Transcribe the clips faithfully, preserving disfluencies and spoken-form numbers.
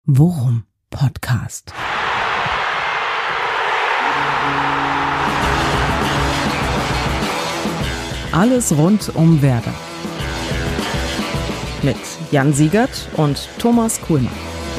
Worum Podcast. Alles rund um Werder. Mit Jan Siegert und Thomas Kuhlmann.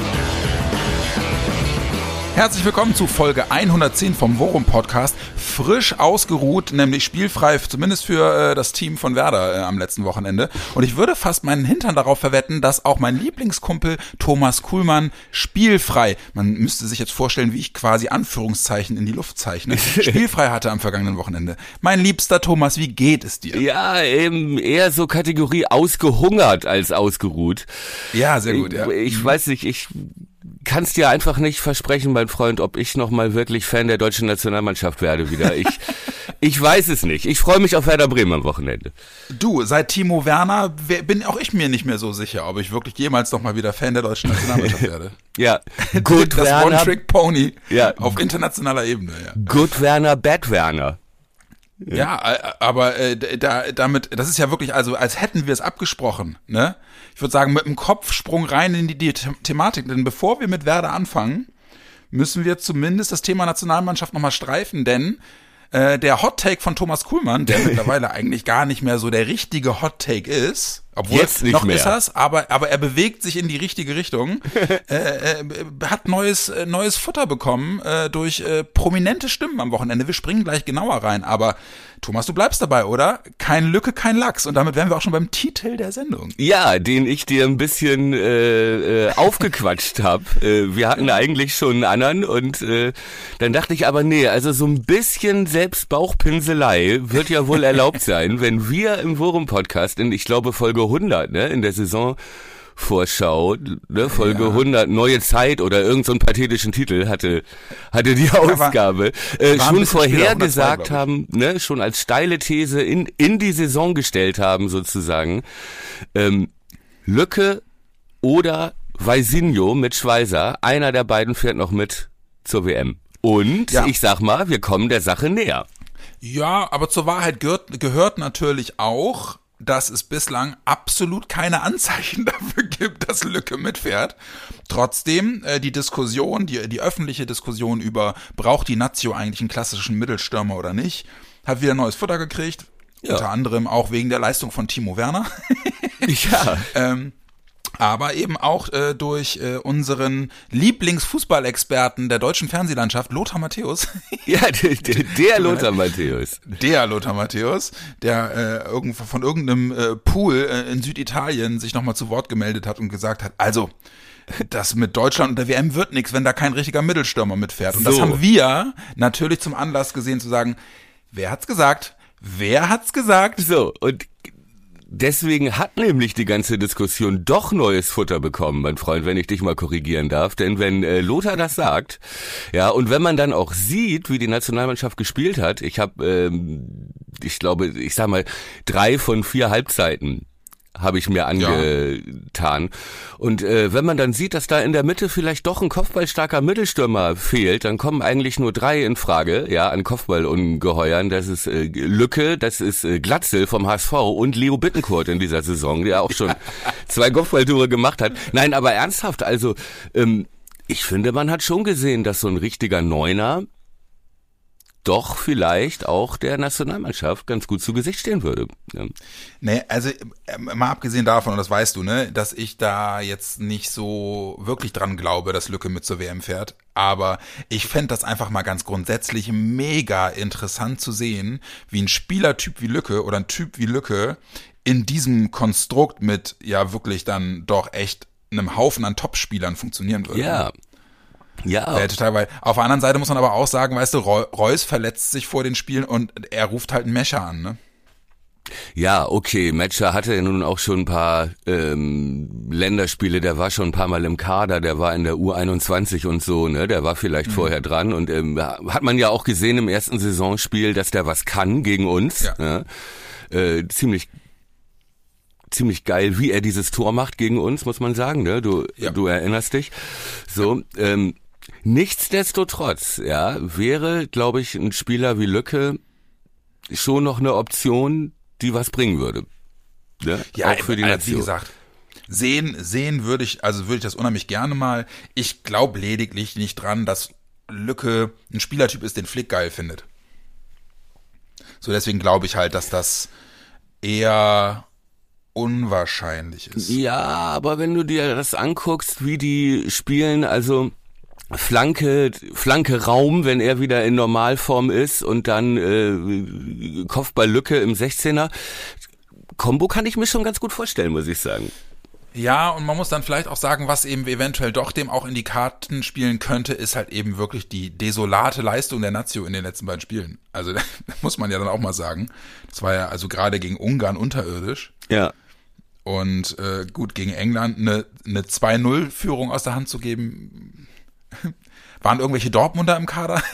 Herzlich willkommen zu Folge hundertzehn vom Worum Podcast. Frisch ausgeruht, nämlich spielfrei, zumindest für äh, das Team von Werder äh, am letzten Wochenende. Und ich würde fast meinen Hintern darauf verwetten, dass auch mein Lieblingskumpel Thomas Kuhlmann spielfrei, man müsste sich jetzt vorstellen, wie ich quasi Anführungszeichen in die Luft zeichne, spielfrei hatte am vergangenen Wochenende. Mein liebster Thomas, wie geht es dir? Ja, eben eher so Kategorie ausgehungert als ausgeruht. Ja, sehr gut, ja. Ich, ich weiß nicht, ich kann's dir einfach nicht versprechen, mein Freund, ob ich noch mal wirklich Fan der deutschen Nationalmannschaft werde wieder. Ich ich weiß es nicht. Ich freue mich auf Werder Bremen am Wochenende. Du, seit Timo Werner bin auch ich mir nicht mehr so sicher, ob ich wirklich jemals noch mal wieder Fan der deutschen Nationalmannschaft werde. Ja, Good das Werner. One-Trick-Pony Ja. auf internationaler Ebene. Ja. Good Werner, Bad Werner. Ja, aber äh, da, damit, das ist ja wirklich, also als hätten wir es abgesprochen, ne? Ich würde sagen, mit einem Kopfsprung rein in die, die Thematik, denn bevor wir mit Werder anfangen, müssen wir zumindest das Thema Nationalmannschaft nochmal streifen, denn äh, der Hot-Take von Thomas Kuhlmann, der mittlerweile eigentlich gar nicht mehr so der richtige Hot-Take ist, obwohl Jetzt nicht noch mehr. ist er's, aber aber er bewegt sich in die richtige Richtung, äh, äh, hat neues äh, neues Futter bekommen äh, durch äh, prominente Stimmen am Wochenende. Wir springen gleich genauer rein, aber Thomas, du bleibst dabei, oder? Kein Lücke, kein Lachs. Und damit wären wir auch schon beim Titel der Sendung. Ja, den ich dir ein bisschen äh, äh, aufgequatscht habe. Äh, wir hatten eigentlich schon einen anderen und äh, dann dachte ich aber, nee, also so ein bisschen Selbstbauchpinselei wird ja wohl erlaubt sein, wenn wir im Worum-Podcast in, ich glaube, Folge hundert, ne, in der Saison Vorschau, ne, Folge Ja. hundert, neue Zeit oder irgend so einen pathetischen Titel hatte, hatte die Ausgabe, äh, war ein schon bisschen später, vorhergesagt hundertzwei, haben, ne, schon als steile These in, in die Saison gestellt haben sozusagen, ähm, Lücke oder Weisinho mit Schweizer, einer der beiden fährt noch mit zur W M. Und Ja. ich sag mal, wir kommen der Sache näher. Ja, aber zur Wahrheit gehört, gehört natürlich auch, dass es bislang absolut keine Anzeichen dafür gibt, dass Lücke mitfährt. Trotzdem, äh, die Diskussion, die, die öffentliche Diskussion über, braucht die Nazio eigentlich einen klassischen Mittelstürmer oder nicht, hat wieder neues Futter gekriegt. Ja. Unter anderem auch wegen der Leistung von Timo Werner. Ja. ähm, aber eben auch äh, durch äh, unseren Lieblingsfußballexperten der deutschen Fernsehlandschaft, Lothar Matthäus. Ja, der, der, der Lothar Matthäus. Der Lothar Matthäus, der äh, irgend, von irgendeinem äh, Pool äh, in Süditalien sich nochmal zu Wort gemeldet hat und gesagt hat, also, das mit Deutschland und der W M wird nichts, wenn da kein richtiger Mittelstürmer mitfährt. Und das So. haben wir natürlich zum Anlass gesehen zu sagen, wer hat's gesagt? Wer hat's gesagt? So, und deswegen hat nämlich die ganze Diskussion doch neues Futter bekommen, mein Freund, wenn ich dich mal korrigieren darf. Denn wenn äh, Lothar das sagt, ja, und wenn man dann auch sieht, wie die Nationalmannschaft gespielt hat, ich habe, ähm, ich glaube, ich sag mal, drei von vier Halbzeiten habe ich mir angetan. Und äh, wenn man dann sieht, dass da in der Mitte vielleicht doch ein kopfballstarker Mittelstürmer fehlt, dann kommen eigentlich nur drei in Frage, ja, an Kopfballungeheuern. Das ist äh, Lücke, das ist äh, Glatzel vom H S V und Leo Bittencourt in dieser Saison, der auch schon zwei Kopfballtore gemacht hat. Nein, aber ernsthaft, also ähm, ich finde, man hat schon gesehen, dass so ein richtiger Neuner doch vielleicht auch der Nationalmannschaft ganz gut zu Gesicht stehen würde. Ja. Nee, also äh, mal abgesehen davon, und das weißt du, ne, dass ich da jetzt nicht so wirklich dran glaube, dass Lücke mit zur W M fährt, aber ich fände das einfach mal ganz grundsätzlich mega interessant zu sehen, wie ein Spielertyp wie Lücke oder ein Typ wie Lücke in diesem Konstrukt mit ja wirklich dann doch echt einem Haufen an Topspielern funktionieren würde. Ja. Ja. Wäre total, weil auf der anderen Seite muss man aber auch sagen, weißt du, Reus verletzt sich vor den Spielen und er ruft halt einen Mescher an, ne? Ja, okay, Metscher hatte ja nun auch schon ein paar ähm, Länderspiele, der war schon ein paar Mal im Kader, der war in der U einundzwanzig und so, ne, der war vielleicht mhm. vorher dran und ähm, hat man ja auch gesehen im ersten Saisonspiel, dass der was kann gegen uns, ja. ne? äh, ziemlich ziemlich geil, wie er dieses Tor macht gegen uns, muss man sagen, ne, du ja. du erinnerst dich, so, ähm, nichtsdestotrotz, ja, wäre, glaube ich, ein Spieler wie Lücke schon noch eine Option, die was bringen würde. Ja, ja auch für die also, Nation. Wie gesagt, sehen, sehen würde ich, also würde ich das unheimlich gerne mal. Ich glaube lediglich nicht dran, dass Lücke ein Spielertyp ist, den Flick geil findet. So, deswegen glaube ich halt, dass das eher unwahrscheinlich ist. Ja, aber wenn du dir das anguckst, wie die spielen, also Flanke, Flanke Raum, wenn er wieder in Normalform ist und dann äh, Kopfballlücke im sechzehner. Kombo kann ich mir schon ganz gut vorstellen, muss ich sagen. Ja, und man muss dann vielleicht auch sagen, was eben eventuell doch dem auch in die Karten spielen könnte, ist halt eben wirklich die desolate Leistung der Nazio in den letzten beiden Spielen. Also muss man ja dann auch mal sagen. Das war ja also gerade gegen Ungarn unterirdisch. Ja. Und äh, gut, gegen England eine, eine zwei null Führung aus der Hand zu geben. Waren irgendwelche Dortmunder im Kader?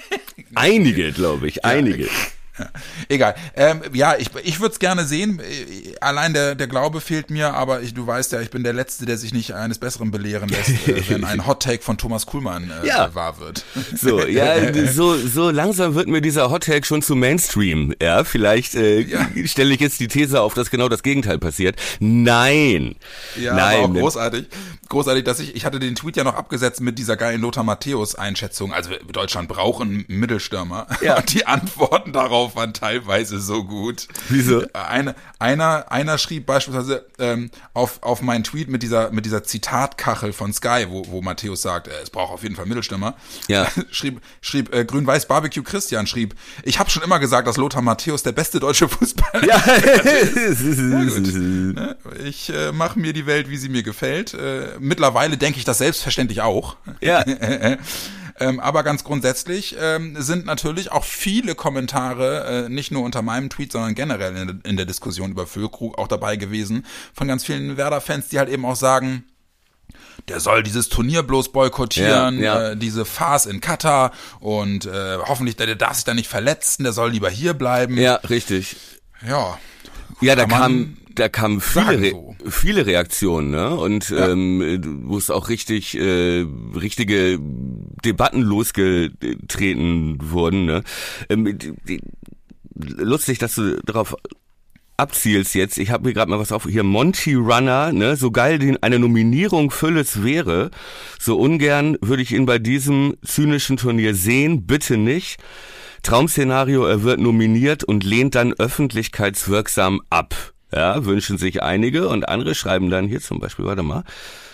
Einige, glaube ich, einige. Ja, ja. Egal. Ähm, ja, ich, ich würde es gerne sehen. Allein der, der Glaube fehlt mir, aber ich, du weißt ja, ich bin der Letzte, der sich nicht eines Besseren belehren lässt, äh, wenn ein Hot-Take von Thomas Kuhlmann äh, ja. wahr wird. So, ja, so, so langsam wird mir dieser Hot-Take schon zu Mainstream. Ja, vielleicht äh, ja. stelle ich jetzt die These auf, dass genau das Gegenteil passiert. Nein. Ja, Nein. aber auch großartig. Großartig, dass ich, ich hatte den Tweet ja noch abgesetzt mit dieser geilen Lothar Matthäus-Einschätzung. Also Deutschland braucht einen Mittelstürmer. Ja. Und die Antworten darauf waren teilweise so gut. Wieso? Eine, einer, einer schrieb beispielsweise ähm, auf, auf meinen Tweet mit dieser, mit dieser Zitatkachel von Sky, wo, wo Matthäus sagt, äh, es braucht auf jeden Fall Mittelstürmer. Ja. schrieb, schrieb äh, Grün-Weiß Barbecue Christian schrieb, ich habe schon immer gesagt, dass Lothar Matthäus der beste deutsche Fußballer ja. ist. Ja, gut. Ich äh, mache mir die Welt, wie sie mir gefällt. Äh, mittlerweile denke ich das selbstverständlich auch. Ja. Ähm, aber ganz grundsätzlich ähm, sind natürlich auch viele Kommentare, äh, nicht nur unter meinem Tweet, sondern generell in, in der Diskussion über Füllkrug auch dabei gewesen, von ganz vielen Werder-Fans, die halt eben auch sagen, der soll dieses Turnier bloß boykottieren, ja, ja. Äh, diese Farce in Katar und äh, hoffentlich, der, der darf sich da nicht verletzen, der soll lieber hier bleiben. Ja, richtig. Ja. Ja, da kam... Da kamen viele, Re- so. viele Reaktionen, ne? Und ja. ähm, wo es auch richtig äh, richtige Debatten losgetreten wurden, ne? Ähm, die, die, lustig, dass du darauf abzielst jetzt. Ich habe mir gerade mal was auf hier Monty Runner, ne? So geil die, eine Nominierung Fülles wäre, so ungern würde ich ihn bei diesem zynischen Turnier sehen, bitte nicht. Traum-Szenario, er wird nominiert und lehnt dann öffentlichkeitswirksam ab. Ja, wünschen sich einige und andere schreiben dann hier zum Beispiel, warte mal,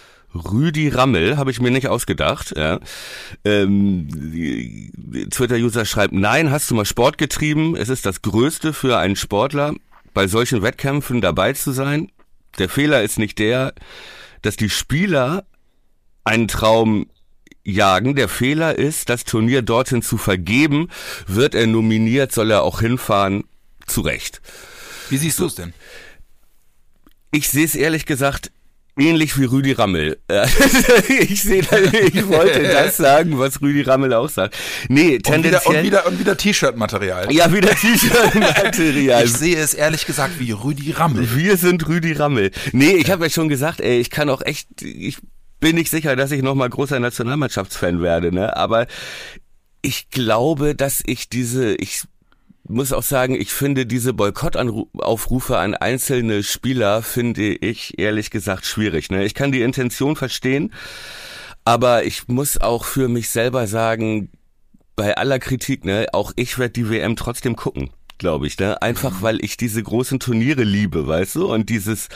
Rüdi Rammel, habe ich mir nicht ausgedacht. Ja. Ähm, Twitter-User schreibt, nein, hast du mal Sport getrieben? Es ist das Größte für einen Sportler, bei solchen Wettkämpfen dabei zu sein. Der Fehler ist nicht der, dass die Spieler einen Traum jagen. Der Fehler ist, das Turnier dorthin zu vergeben. Wird er nominiert, soll er auch hinfahren. Zu Recht. Wie siehst du es denn? Ich sehe es ehrlich gesagt ähnlich wie Rüdi Rammel. ich sehe, ich wollte das sagen, was Rüdi Rammel auch sagt. Nee, tendenziell. Und wieder, und wieder, und wieder T-Shirt-Material. Ja, wieder T-Shirt-Material. Ich sehe es ehrlich gesagt wie Rüdi Rammel. Wir sind Rüdi Rammel. Nee, ich habe ja schon gesagt, ey, ich kann auch echt, ich bin nicht sicher, dass ich nochmal großer Nationalmannschaftsfan werde, ne? Aber ich glaube, dass ich diese, ich muss auch sagen, ich finde diese Boykottaufrufe an einzelne Spieler, finde ich ehrlich gesagt schwierig. Ne? Ich kann die Intention verstehen, aber ich muss auch für mich selber sagen, bei aller Kritik, ne, auch ich werde die W M trotzdem gucken, glaube ich. Ne? Einfach, weil ich diese großen Turniere liebe, weißt du, und dieses...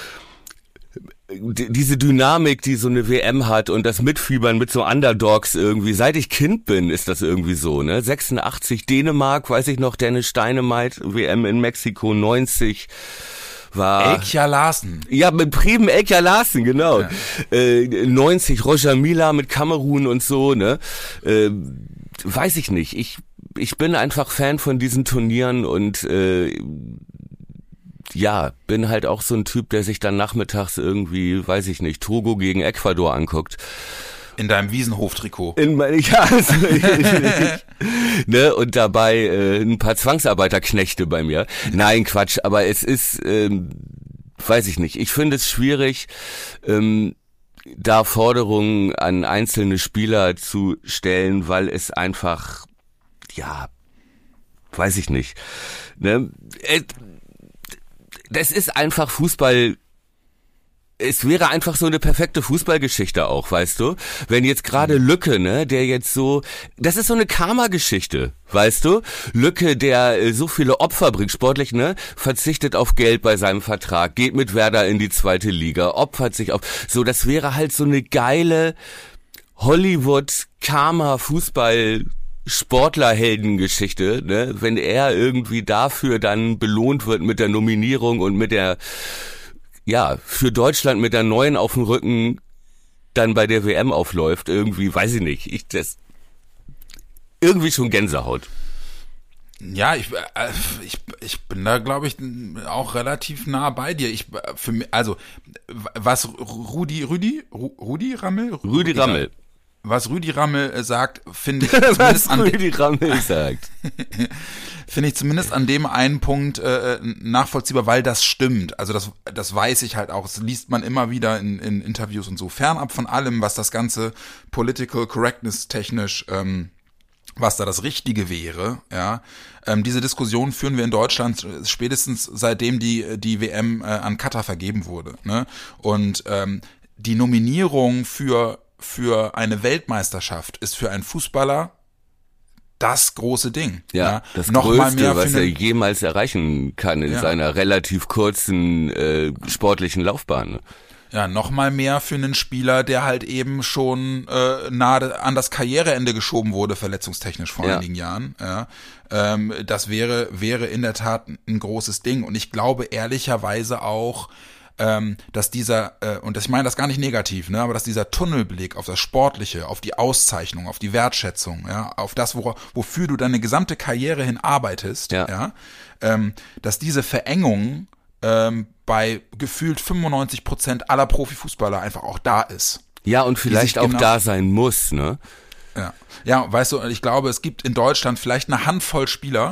diese Dynamik, die so eine W M hat und das Mitfiebern mit so Underdogs irgendwie, seit ich Kind bin, ist das irgendwie so, ne? sechsundachtzig Dänemark, weiß ich noch, Dennis Steinemeit, W M in Mexiko, neunzig war... Ekja Larsen. Ja, mit Preben Ekja Larsen, genau. Ja. Äh, neunzig Roger Mila mit Kamerun und so, ne? Äh, weiß ich nicht. Ich, ich bin einfach Fan von diesen Turnieren und äh, ja, bin halt auch so ein Typ, der sich dann nachmittags irgendwie, weiß ich nicht, Togo gegen Ecuador anguckt. In deinem Wiesenhof-Trikot. In mein, ja, also, ne, und dabei äh, ein paar Zwangsarbeiterknechte bei mir. Nein, Quatsch, aber es ist, ähm, weiß ich nicht, ich finde es schwierig, ähm, da Forderungen an einzelne Spieler zu stellen, weil es einfach, ja, weiß ich nicht, ne, äh, das ist einfach Fußball es wäre einfach so eine perfekte Fußballgeschichte auch, weißt du? Wenn jetzt gerade Lücke, ne, der jetzt so, das ist so eine Karma-Geschichte, weißt du? Lücke, der äh, so viele Opfer bringt, sportlich, ne, verzichtet auf Geld bei seinem Vertrag, geht mit Werder in die zweite Liga, opfert sich auf, so, das wäre halt so eine geile Hollywood-Karma-Fußball- Sportlerheldengeschichte, ne, wenn er irgendwie dafür dann belohnt wird mit der Nominierung und mit der, ja, für Deutschland mit der neuen auf dem Rücken dann bei der W M aufläuft, irgendwie, weiß ich nicht, ich das irgendwie schon Gänsehaut. Ja, ich, äh, ich, ich bin da, glaube ich, auch relativ nah bei dir. Ich, für mich, also, was Rudi, Rudi, Rudi Rammel? Rudi Rammel. Was Rüdi Rammel sagt, finde ich zumindest was Rüdi Rammel sagt. Finde ich zumindest an dem einen Punkt äh, nachvollziehbar, weil das stimmt. Also das, das weiß ich halt auch. Das liest man immer wieder in, in Interviews und so. Fernab von allem, was das ganze Political Correctness technisch, ähm, was da das Richtige wäre, ja. Ähm, diese Diskussion führen wir in Deutschland spätestens seitdem die die W M äh, an Katar vergeben wurde. Ne? Und ähm, die Nominierung für für eine Weltmeisterschaft ist für einen Fußballer das große Ding. Ja, ja. das noch Größte, mal mehr was er jemals erreichen kann in ja. seiner relativ kurzen äh, sportlichen Laufbahn. Ja, noch mal mehr für einen Spieler, der halt eben schon äh, nahe an das Karriereende geschoben wurde, verletzungstechnisch vor ja. einigen Jahren. Ja. Ähm, das wäre wäre in der Tat ein großes Ding. Und ich glaube ehrlicherweise auch, Ähm, dass dieser, äh, und das, ich meine das gar nicht negativ, ne, aber dass dieser Tunnelblick auf das Sportliche, auf die Auszeichnung, auf die Wertschätzung, ja, auf das, wo, wofür du deine gesamte Karriere hin arbeitest, ja, ja ähm, dass diese Verengung ähm, bei gefühlt fünfundneunzig Prozent aller Profifußballer einfach auch da ist. Ja, und vielleicht auch genau, da sein muss, ne? Ja, ja, weißt du, ich glaube, es gibt in Deutschland vielleicht eine Handvoll Spieler,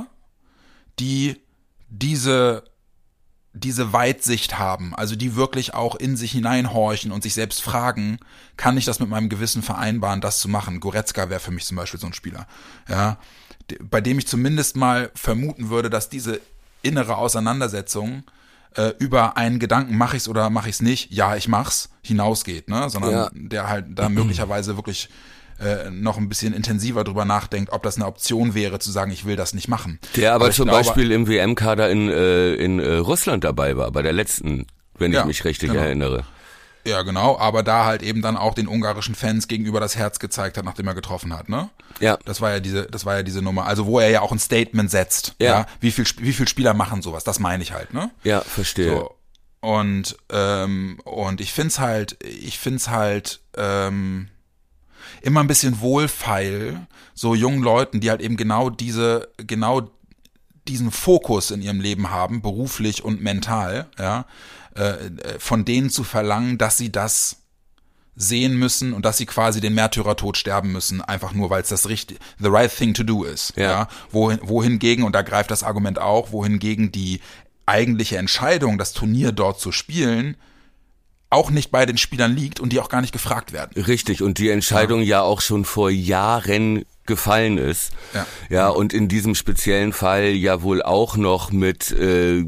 die diese diese Weitsicht haben, also die wirklich auch in sich hineinhorchen und sich selbst fragen, kann ich das mit meinem Gewissen vereinbaren, das zu machen? Goretzka wäre für mich zum Beispiel so ein Spieler, ja, bei dem ich zumindest mal vermuten würde, dass diese innere Auseinandersetzung äh, über einen Gedanken, mache ich's oder mache ich's nicht, ja, ich mach's, hinausgeht, ne, sondern ja. der halt da möglicherweise wirklich äh, noch ein bisschen intensiver drüber nachdenkt, ob das eine Option wäre, zu sagen, ich will das nicht machen. Der aber, aber zum glaube, Beispiel im W M-Kader in, äh, in äh, Russland dabei war, bei der letzten, wenn ich ja, mich richtig genau. erinnere. Ja, genau, aber da halt eben dann auch den ungarischen Fans gegenüber das Herz gezeigt hat, nachdem er getroffen hat, ne? Ja. Das war ja diese, das war ja diese Nummer. Also wo er ja auch ein Statement setzt. Ja. ja? Wie viel, wie viel Spieler machen sowas? Das meine ich halt, ne? Ja, verstehe. So. Und ähm, und ich find's halt, ich find's halt ähm, immer ein bisschen wohlfeil, so jungen Leuten, die halt eben genau diese, genau diesen Fokus in ihrem Leben haben, beruflich und mental, ja, äh, von denen zu verlangen, dass sie das sehen müssen und dass sie quasi den Märtyrertod sterben müssen, einfach nur, weil es das richtig, the right thing to do ist, ja, ja? Wohin, wohingegen, und da greift das Argument auch, wohingegen die eigentliche Entscheidung, das Turnier dort zu spielen, auch nicht bei den Spielern liegt und die auch gar nicht gefragt werden. Richtig, und die Entscheidung ja, ja auch schon vor Jahren gefallen ist. Ja. ja, und in diesem speziellen Fall ja wohl auch noch mit äh,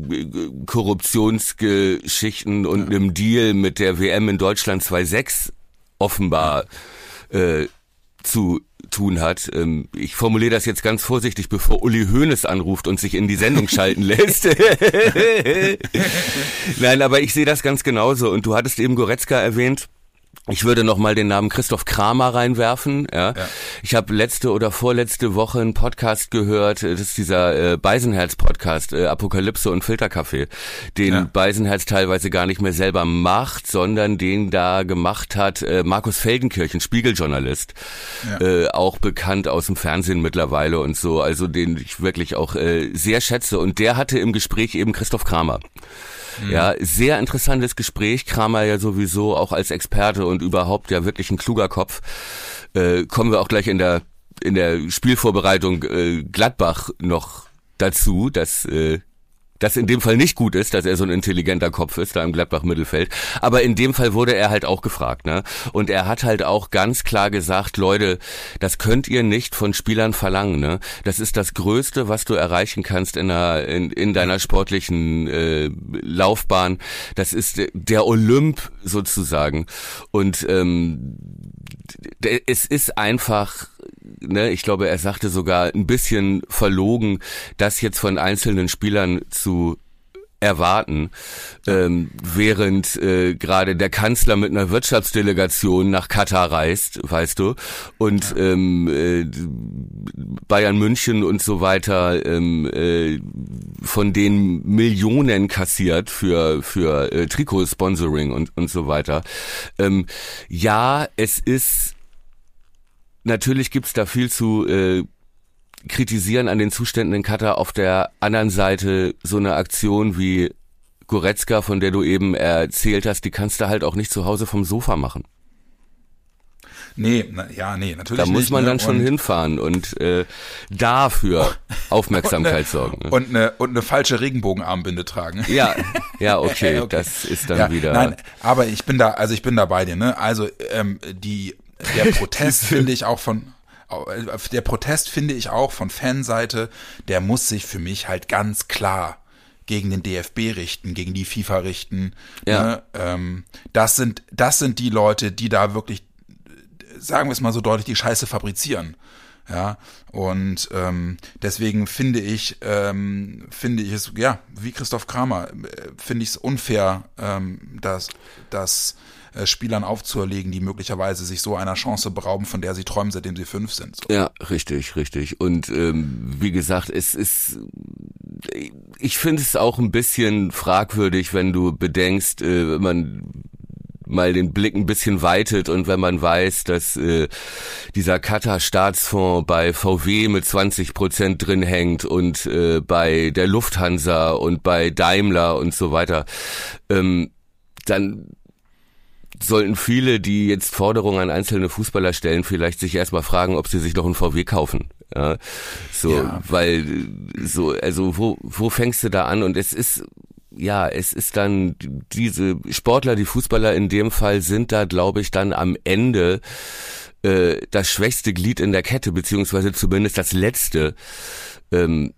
Korruptionsgeschichten und ja. einem Deal mit der W M in Deutschland zweitausendsechs offenbar ja. äh, zu tun hat. Ich formuliere das jetzt ganz vorsichtig, bevor Uli Hoeneß anruft und sich in die Sendung schalten lässt. Nein, aber ich sehe das ganz genauso. Und du hattest eben Goretzka erwähnt. Ich würde noch mal den Namen Christoph Kramer reinwerfen. Ja. ja. Ich habe letzte oder vorletzte Woche einen Podcast gehört, das ist dieser äh, Beisenherz-Podcast, äh, Apokalypse und Filterkaffee, den ja. Beisenherz teilweise gar nicht mehr selber macht, sondern den da gemacht hat äh, Markus Feldenkirchen, Spiegeljournalist, ja. äh, auch bekannt aus dem Fernsehen mittlerweile und so, also den ich wirklich auch äh, sehr schätze. Und der hatte im Gespräch eben Christoph Kramer. Ja, sehr interessantes Gespräch. Kramer ja sowieso auch als Experte und überhaupt ja wirklich ein kluger Kopf. Äh, kommen wir auch gleich in der in der Spielvorbereitung äh, Gladbach noch dazu, dass äh, das in dem Fall nicht gut ist, dass er so ein intelligenter Kopf ist, da im Gladbach-Mittelfeld. Aber in dem Fall wurde er halt auch gefragt, ne? Und er hat halt auch ganz klar gesagt, Leute, das könnt ihr nicht von Spielern verlangen, ne? Das ist das Größte, was du erreichen kannst in, einer, in, in deiner sportlichen äh, Laufbahn. Das ist der Olymp sozusagen. Und ähm, es ist einfach, ne, ich glaube, er sagte sogar ein bisschen verlogen, das jetzt von einzelnen Spielern zu erwarten, ähm, während äh, gerade der Kanzler mit einer Wirtschaftsdelegation nach Katar reist, weißt du, und ja. ähm, äh, Bayern München und so weiter ähm, äh, von denen Millionen kassiert für für äh, Trikotsponsoring und und so weiter. Ähm, ja, es ist natürlich gibt's da viel zu äh, kritisieren an den Zuständen in Katar. Auf der anderen Seite so eine Aktion wie Goretzka, von der du eben erzählt hast, die kannst du halt auch nicht zu Hause vom Sofa machen. Nee, na, ja, nee, natürlich nicht. Da muss nicht, man ne? dann schon und hinfahren und äh, dafür Aufmerksamkeit und ne, sorgen. Ne? Und eine und eine falsche Regenbogenarmbinde tragen. Ja, ja, okay, okay. Das ist dann ja, wieder. Nein, aber ich bin da, also ich bin da bei dir, ne? Also ähm, die der Protest finde ich auch von Der Protest finde ich auch von Fanseite, der muss sich für mich halt ganz klar gegen den D F B richten, gegen die FIFA richten. Ja. Ne? Ähm, das sind, das sind die Leute, die da wirklich, sagen wir es mal so deutlich, die Scheiße fabrizieren. Ja, und ähm, deswegen finde ich, ähm, finde ich es, ja, wie Christoph Kramer, äh, finde ich es unfair, ähm, dass, dass äh, Spielern aufzuerlegen, die möglicherweise sich so einer Chance berauben, von der sie träumen, seitdem sie fünf sind. So. Ja, richtig, richtig. Und ähm, wie gesagt, es ist, ich finde es auch ein bisschen fragwürdig, wenn du bedenkst, äh, wenn man mal den Blick ein bisschen weitet und wenn man weiß, dass äh, dieser Katar-Staatsfonds bei V W mit zwanzig Prozent drin hängt und äh, bei der Lufthansa und bei Daimler und so weiter, ähm, dann sollten viele, die jetzt Forderungen an einzelne Fußballer stellen, vielleicht sich erstmal fragen, ob sie sich noch einen V W kaufen. Ja, so, ja. Weil so, also wo wo fängst du da an? Und es ist ja, es ist dann diese Sportler, die Fußballer in dem Fall sind da, glaube ich, dann am Ende äh, das schwächste Glied in der Kette, beziehungsweise zumindest das letzte. Ähm,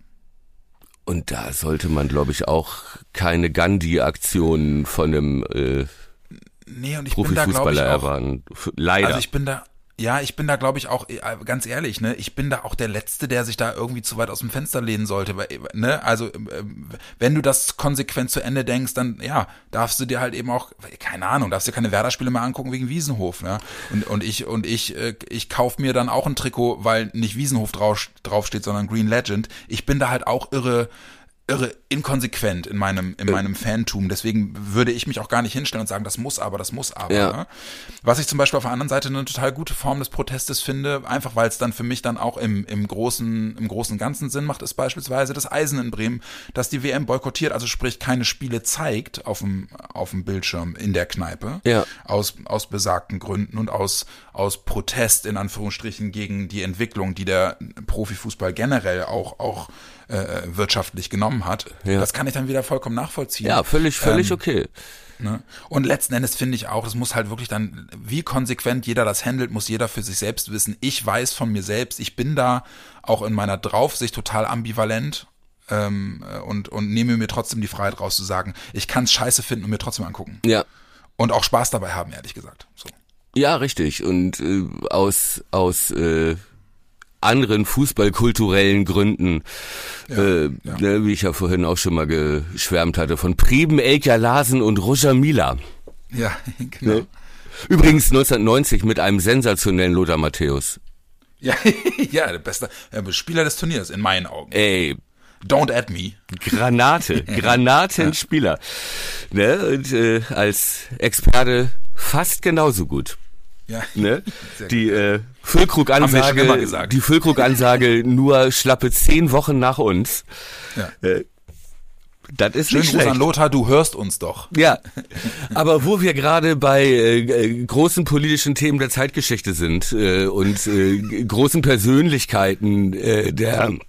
und da sollte man, glaube ich, auch keine Gandhi-Aktionen von einem äh, nee, und ich Profifußballer bin da, erwarten. Leider. Also ich bin da Ja, ich bin da, glaube ich, auch, ganz ehrlich, ne, ich bin da auch der Letzte, der sich da irgendwie zu weit aus dem Fenster lehnen sollte, weil, ne, also, wenn du das konsequent zu Ende denkst, dann, ja, darfst du dir halt eben auch, keine Ahnung, darfst dir keine Werder-Spiele mehr angucken wegen Wiesenhof, ne, und, und ich, und ich, ich kauf mir dann auch ein Trikot, weil nicht Wiesenhof drauf, draufsteht, sondern Green Legend. Ich bin da halt auch irre, irre inkonsequent in meinem in meinem Fantum. Deswegen würde ich mich auch gar nicht hinstellen und sagen, das muss aber, das muss aber. Ja. Ne? Was ich zum Beispiel auf der anderen Seite eine total gute Form des Protestes finde, einfach weil es dann für mich dann auch im im großen im großen Ganzen Sinn macht, ist beispielsweise das Eisen in Bremen, das die W M boykottiert, also sprich keine Spiele zeigt auf dem auf dem Bildschirm in der Kneipe, ja. aus aus besagten Gründen und aus aus Protest in Anführungsstrichen gegen die Entwicklung, die der Profifußball generell auch auch äh, wirtschaftlich genommen hat. Ja. Das kann ich dann wieder vollkommen nachvollziehen. Ja, völlig, völlig ähm, okay. Ne? Und letzten Endes finde ich auch, das muss halt wirklich dann, wie konsequent jeder das handelt, muss jeder für sich selbst wissen. Ich weiß von mir selbst, ich bin da auch in meiner Draufsicht total ambivalent ähm, und, und nehme mir trotzdem die Freiheit raus zu sagen, ich kann es scheiße finden und mir trotzdem angucken. Ja. Und auch Spaß dabei haben, ehrlich gesagt. So. Ja, richtig. Und äh, aus aus äh, anderen fußballkulturellen Gründen, Ja, äh, ja. Ne, wie ich ja vorhin auch schon mal geschwärmt hatte, von Preben, Elkja Larsen und Roger Mila. Ja, genau. Ne? Übrigens neunzehnhundertneunzig mit einem sensationellen Lothar Matthäus. Ja, ja, der beste äh, Spieler des Turniers, in meinen Augen. Ey, Don't add me. Granate, Granatenspieler. Ne? Und äh, als Experte fast genauso gut. Ja. Ne? Sehr Die gut. äh, Haben wir schon immer Füllkrug-Ansage, gesagt. die Füllkrug-Ansage nur schlappe zehn Wochen nach uns. Ja. Äh, das ist Schönen nicht Gruß schlecht. an Lothar, du hörst uns doch. Ja, aber wo wir gerade bei äh, großen politischen Themen der Zeitgeschichte sind äh, und äh, großen Persönlichkeiten äh, der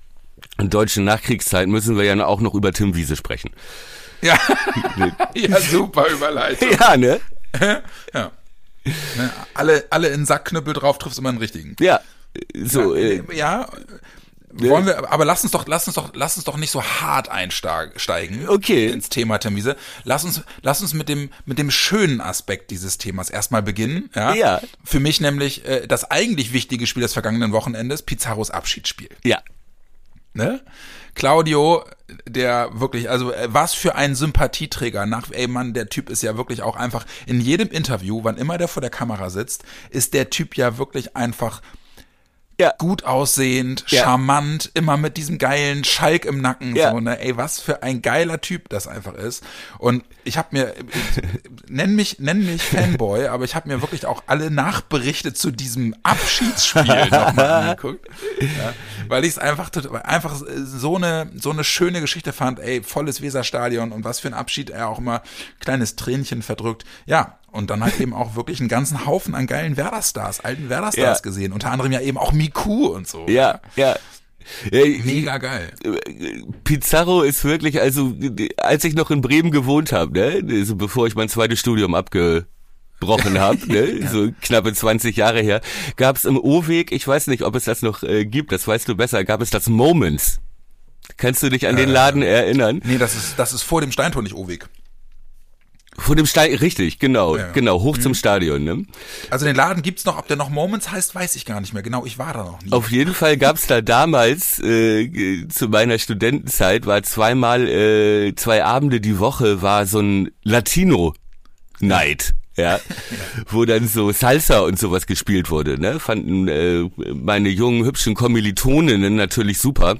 in deutschen Nachkriegszeit müssen wir ja auch noch über Tim Wiese sprechen. Ja, ja, super Überleitung. Ja, ne? Ja. Ne, alle, alle in den Sackknüppel drauf, triffst immer einen richtigen. Ja, so. Ja, äh, ja. Wollen wir, aber lass uns doch, lass uns doch, lass uns doch nicht so hart einsteigen. Okay. Ins Thema Tim Wiese. Lass uns, lass uns mit dem, mit dem schönen Aspekt dieses Themas erstmal beginnen. Ja. Ja. Für mich nämlich äh, das eigentlich wichtige Spiel des vergangenen Wochenendes, Pizarros Abschiedsspiel. Ja. Ne? Claudio, der wirklich, also äh, was für ein Sympathieträger nach, ey Mann, der Typ ist ja wirklich auch einfach in jedem Interview, wann immer der vor der Kamera sitzt, ist der Typ ja wirklich einfach Ja. gut aussehend, Ja. charmant, immer mit diesem geilen Schalk im Nacken, Ja. so, ne, ey, was für ein geiler Typ das einfach ist. Und ich habe mir, nenn mich, nenn mich Fanboy, aber ich habe mir wirklich auch alle Nachberichte zu diesem Abschiedsspiel nochmal angeguckt, ja, weil ich es einfach, einfach so eine, so eine schöne Geschichte fand, ey, volles Weserstadion und was für ein Abschied, er auch immer kleines Tränchen verdrückt, ja. Und dann halt eben auch wirklich einen ganzen Haufen an geilen Werder-Stars, alten Werder-Stars Ja. gesehen. Unter anderem ja eben auch Miku und so. Ja, ja. Ja, Mega geil. Pizarro ist wirklich, also als ich noch in Bremen gewohnt habe, ne, also bevor ich mein zweites Studium abgebrochen habe, ne, so knappe zwanzig Jahre her, gab es im O-Weg, ich weiß nicht, ob es das noch äh, gibt, das weißt du besser, gab es das Moments. Kannst du dich an den Laden erinnern? Nee, das ist, das ist vor dem Steintor, nicht O-Weg. Vor dem Stein, richtig, genau, Ja. genau, hoch zum Stadion, ne? Also den Laden gibt's noch, ob der noch Moments heißt, weiß ich gar nicht mehr. Genau, ich war da noch nie. Auf jeden Fall gab's da damals, äh, zu meiner Studentenzeit, war zweimal, äh, zwei Abende die Woche, war so ein Latino-Night. Ja, wo dann so Salsa und sowas gespielt wurde, ne? Fanden äh, meine jungen, hübschen Kommilitoninnen natürlich super.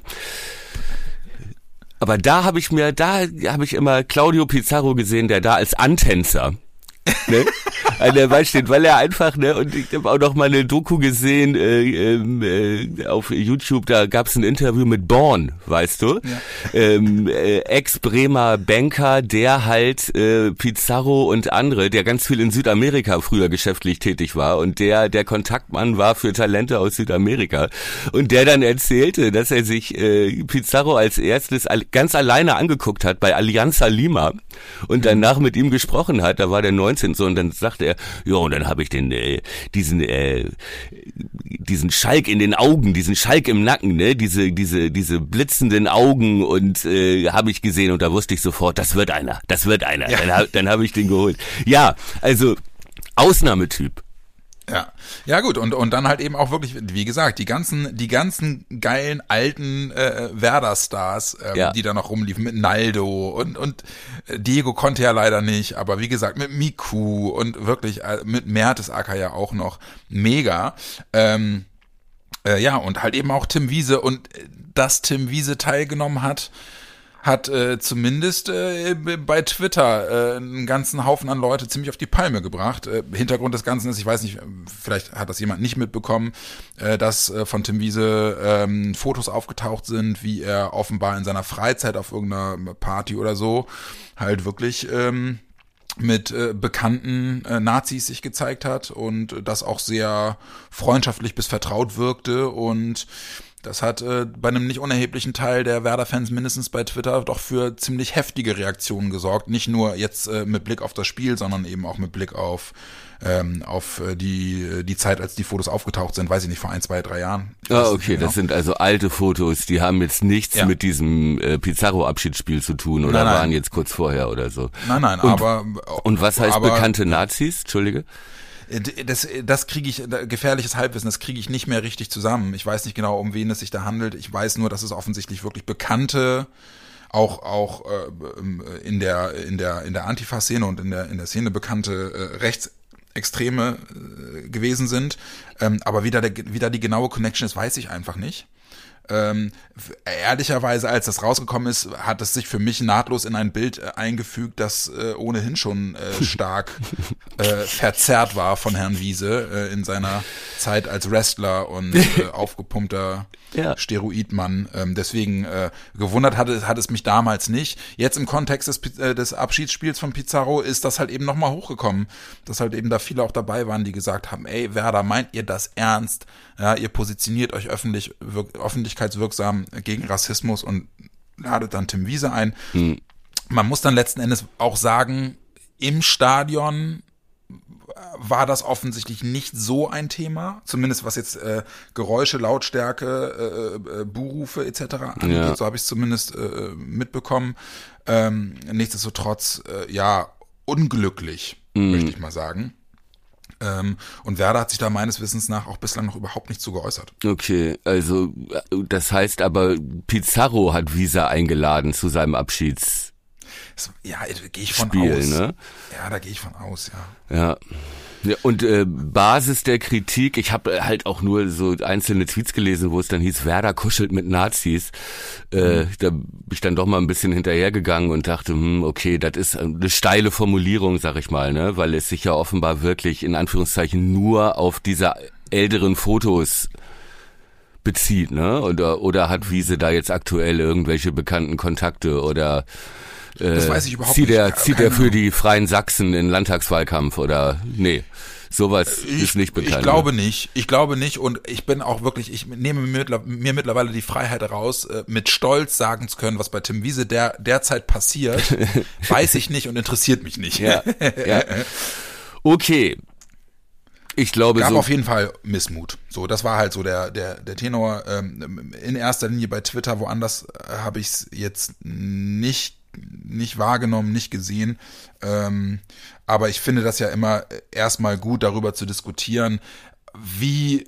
Aber da habe ich mir, da habe ich immer Claudio Pizarro gesehen, der da als Antänzer, ne, an der Wand steht, weil er einfach, ne, und ich habe auch noch mal eine Doku gesehen äh, äh, auf YouTube, da gab es ein Interview mit Born, weißt du, Ja. ähm, äh, Ex-Bremer Banker, der halt äh, Pizarro und andere, der ganz viel in Südamerika früher geschäftlich tätig war und der der Kontaktmann war für Talente aus Südamerika und der dann erzählte, dass er sich äh, Pizarro als erstes all, ganz alleine angeguckt hat bei Alianza Lima und danach mit ihm gesprochen hat, da war der neunzehn so und dann sagte er, ja und dann habe ich den äh, diesen äh, diesen Schalk in den Augen, diesen Schalk im Nacken, ne, diese diese diese blitzenden Augen und äh, habe ich gesehen und da wusste ich sofort, das wird einer, das wird einer. Ja. Dann hab, dann habe ich den geholt. Ja, also Ausnahmetyp. Ja, ja gut und und dann halt eben auch wirklich, wie gesagt, die ganzen die ganzen geilen alten äh, Werder-Stars, ähm, Ja. die da noch rumliefen mit Naldo und und äh, Diego konnte ja leider nicht, aber wie gesagt mit Miku und wirklich äh, mit Mertesacker ja auch noch mega. Ähm, äh, ja und halt eben auch Tim Wiese und äh, dass Tim Wiese teilgenommen hat. hat äh, zumindest äh, bei Twitter äh, einen ganzen Haufen an Leute ziemlich auf die Palme gebracht. Äh, Hintergrund des Ganzen ist, ich weiß nicht, vielleicht hat das jemand nicht mitbekommen, äh, dass äh, von Tim Wiese ähm, Fotos aufgetaucht sind, wie er offenbar in seiner Freizeit auf irgendeiner Party oder so halt wirklich ähm, mit äh, bekannten äh, Nazis sich gezeigt hat und das auch sehr freundschaftlich bis vertraut wirkte und das hat äh, bei einem nicht unerheblichen Teil der Werder-Fans mindestens bei Twitter doch für ziemlich heftige Reaktionen gesorgt. Nicht nur jetzt äh, mit Blick auf das Spiel, sondern eben auch mit Blick auf ähm, auf äh, die die Zeit, als die Fotos aufgetaucht sind. Weiß ich nicht, vor ein, zwei, drei Jahren. Ich weiß Ah, nicht okay, genau. das sind also alte Fotos, die haben jetzt nichts Ja. mit diesem äh, Pizarro-Abschiedsspiel zu tun oder Nein, nein. waren jetzt kurz vorher oder so. Nein, nein, Und- aber Und was heißt aber, bekannte Nazis? Entschuldige. Das, das kriege ich, gefährliches Halbwissen, das kriege ich nicht mehr richtig zusammen. Ich weiß nicht genau, um wen es sich da handelt. Ich weiß nur, dass es offensichtlich wirklich bekannte, auch auch äh, in der in der in der Antifa-Szene und in der in der Szene bekannte äh, Rechtsextreme äh, gewesen sind. Ähm, aber wie da, der, wie da die genaue Connection ist, weiß ich einfach nicht. Ähm, ehrlicherweise, als das rausgekommen ist, hat es sich für mich nahtlos in ein Bild äh, eingefügt, das äh, ohnehin schon äh, stark äh, verzerrt war von Herrn Wiese äh, in seiner Zeit als Wrestler und äh, aufgepumpter Ja. Steroidmann. Ähm, deswegen äh, gewundert hat es, hat es mich damals nicht. Jetzt im Kontext des, Pi- äh, des Abschiedsspiels von Pizarro ist das halt eben nochmal hochgekommen, dass halt eben da viele auch dabei waren, die gesagt haben, ey Werder, meint ihr das ernst? Ja, ihr positioniert euch öffentlich, wirk- öffentlich öffentlichkeitswirksam gegen Rassismus und ladet dann Tim Wiese ein. Hm. Man muss dann letzten Endes auch sagen, im Stadion war das offensichtlich nicht so ein Thema, zumindest was jetzt äh, Geräusche, Lautstärke, äh, äh, Buhrufe et cetera angeht, Ja. so habe ich es zumindest äh, mitbekommen. Ähm, nichtsdestotrotz, äh, ja, unglücklich, Mhm. möchte ich mal sagen. Ähm, und Werder hat sich da meines Wissens nach auch bislang noch überhaupt nicht zu geäußert. Okay, also das heißt aber, Pizarro hat Wiese eingeladen zu seinem Abschieds... Das, ja, gehe ich von Spiel, aus. ne? Ja, da gehe ich von aus, ja. Ja. Ja, und äh, Basis der Kritik, ich habe halt auch nur so einzelne Tweets gelesen, wo es dann hieß, Werder kuschelt mit Nazis. Äh, da bin ich dann doch mal ein bisschen hinterhergegangen und dachte, hm, okay, das ist eine steile Formulierung, sag ich mal, ne, weil es sich ja offenbar wirklich in Anführungszeichen nur auf diese älteren Fotos bezieht, ne? Oder oder hat Wiese da jetzt aktuell irgendwelche bekannten Kontakte oder Das weiß ich überhaupt zieht nicht. er, zieht Keine er für Ahnung. die Freien Sachsen in den Landtagswahlkampf oder nee, sowas Ich, ist nicht bekannt. ich glaube ne? nicht. Ich glaube nicht und ich bin auch wirklich, ich nehme mir, mittler- mir mittlerweile die Freiheit heraus, äh, mit Stolz sagen zu können, was bei Tim Wiese der derzeit passiert, weiß ich nicht und interessiert mich nicht. Ja, ja. Okay. Ich glaube Gab so. auf jeden Fall Missmut. So, das war halt so der der der Tenor. Ähm, in erster Linie bei Twitter, woanders äh, habe ich es jetzt nicht nicht wahrgenommen, nicht gesehen. Ähm, aber ich finde das ja immer erstmal gut, darüber zu diskutieren, wie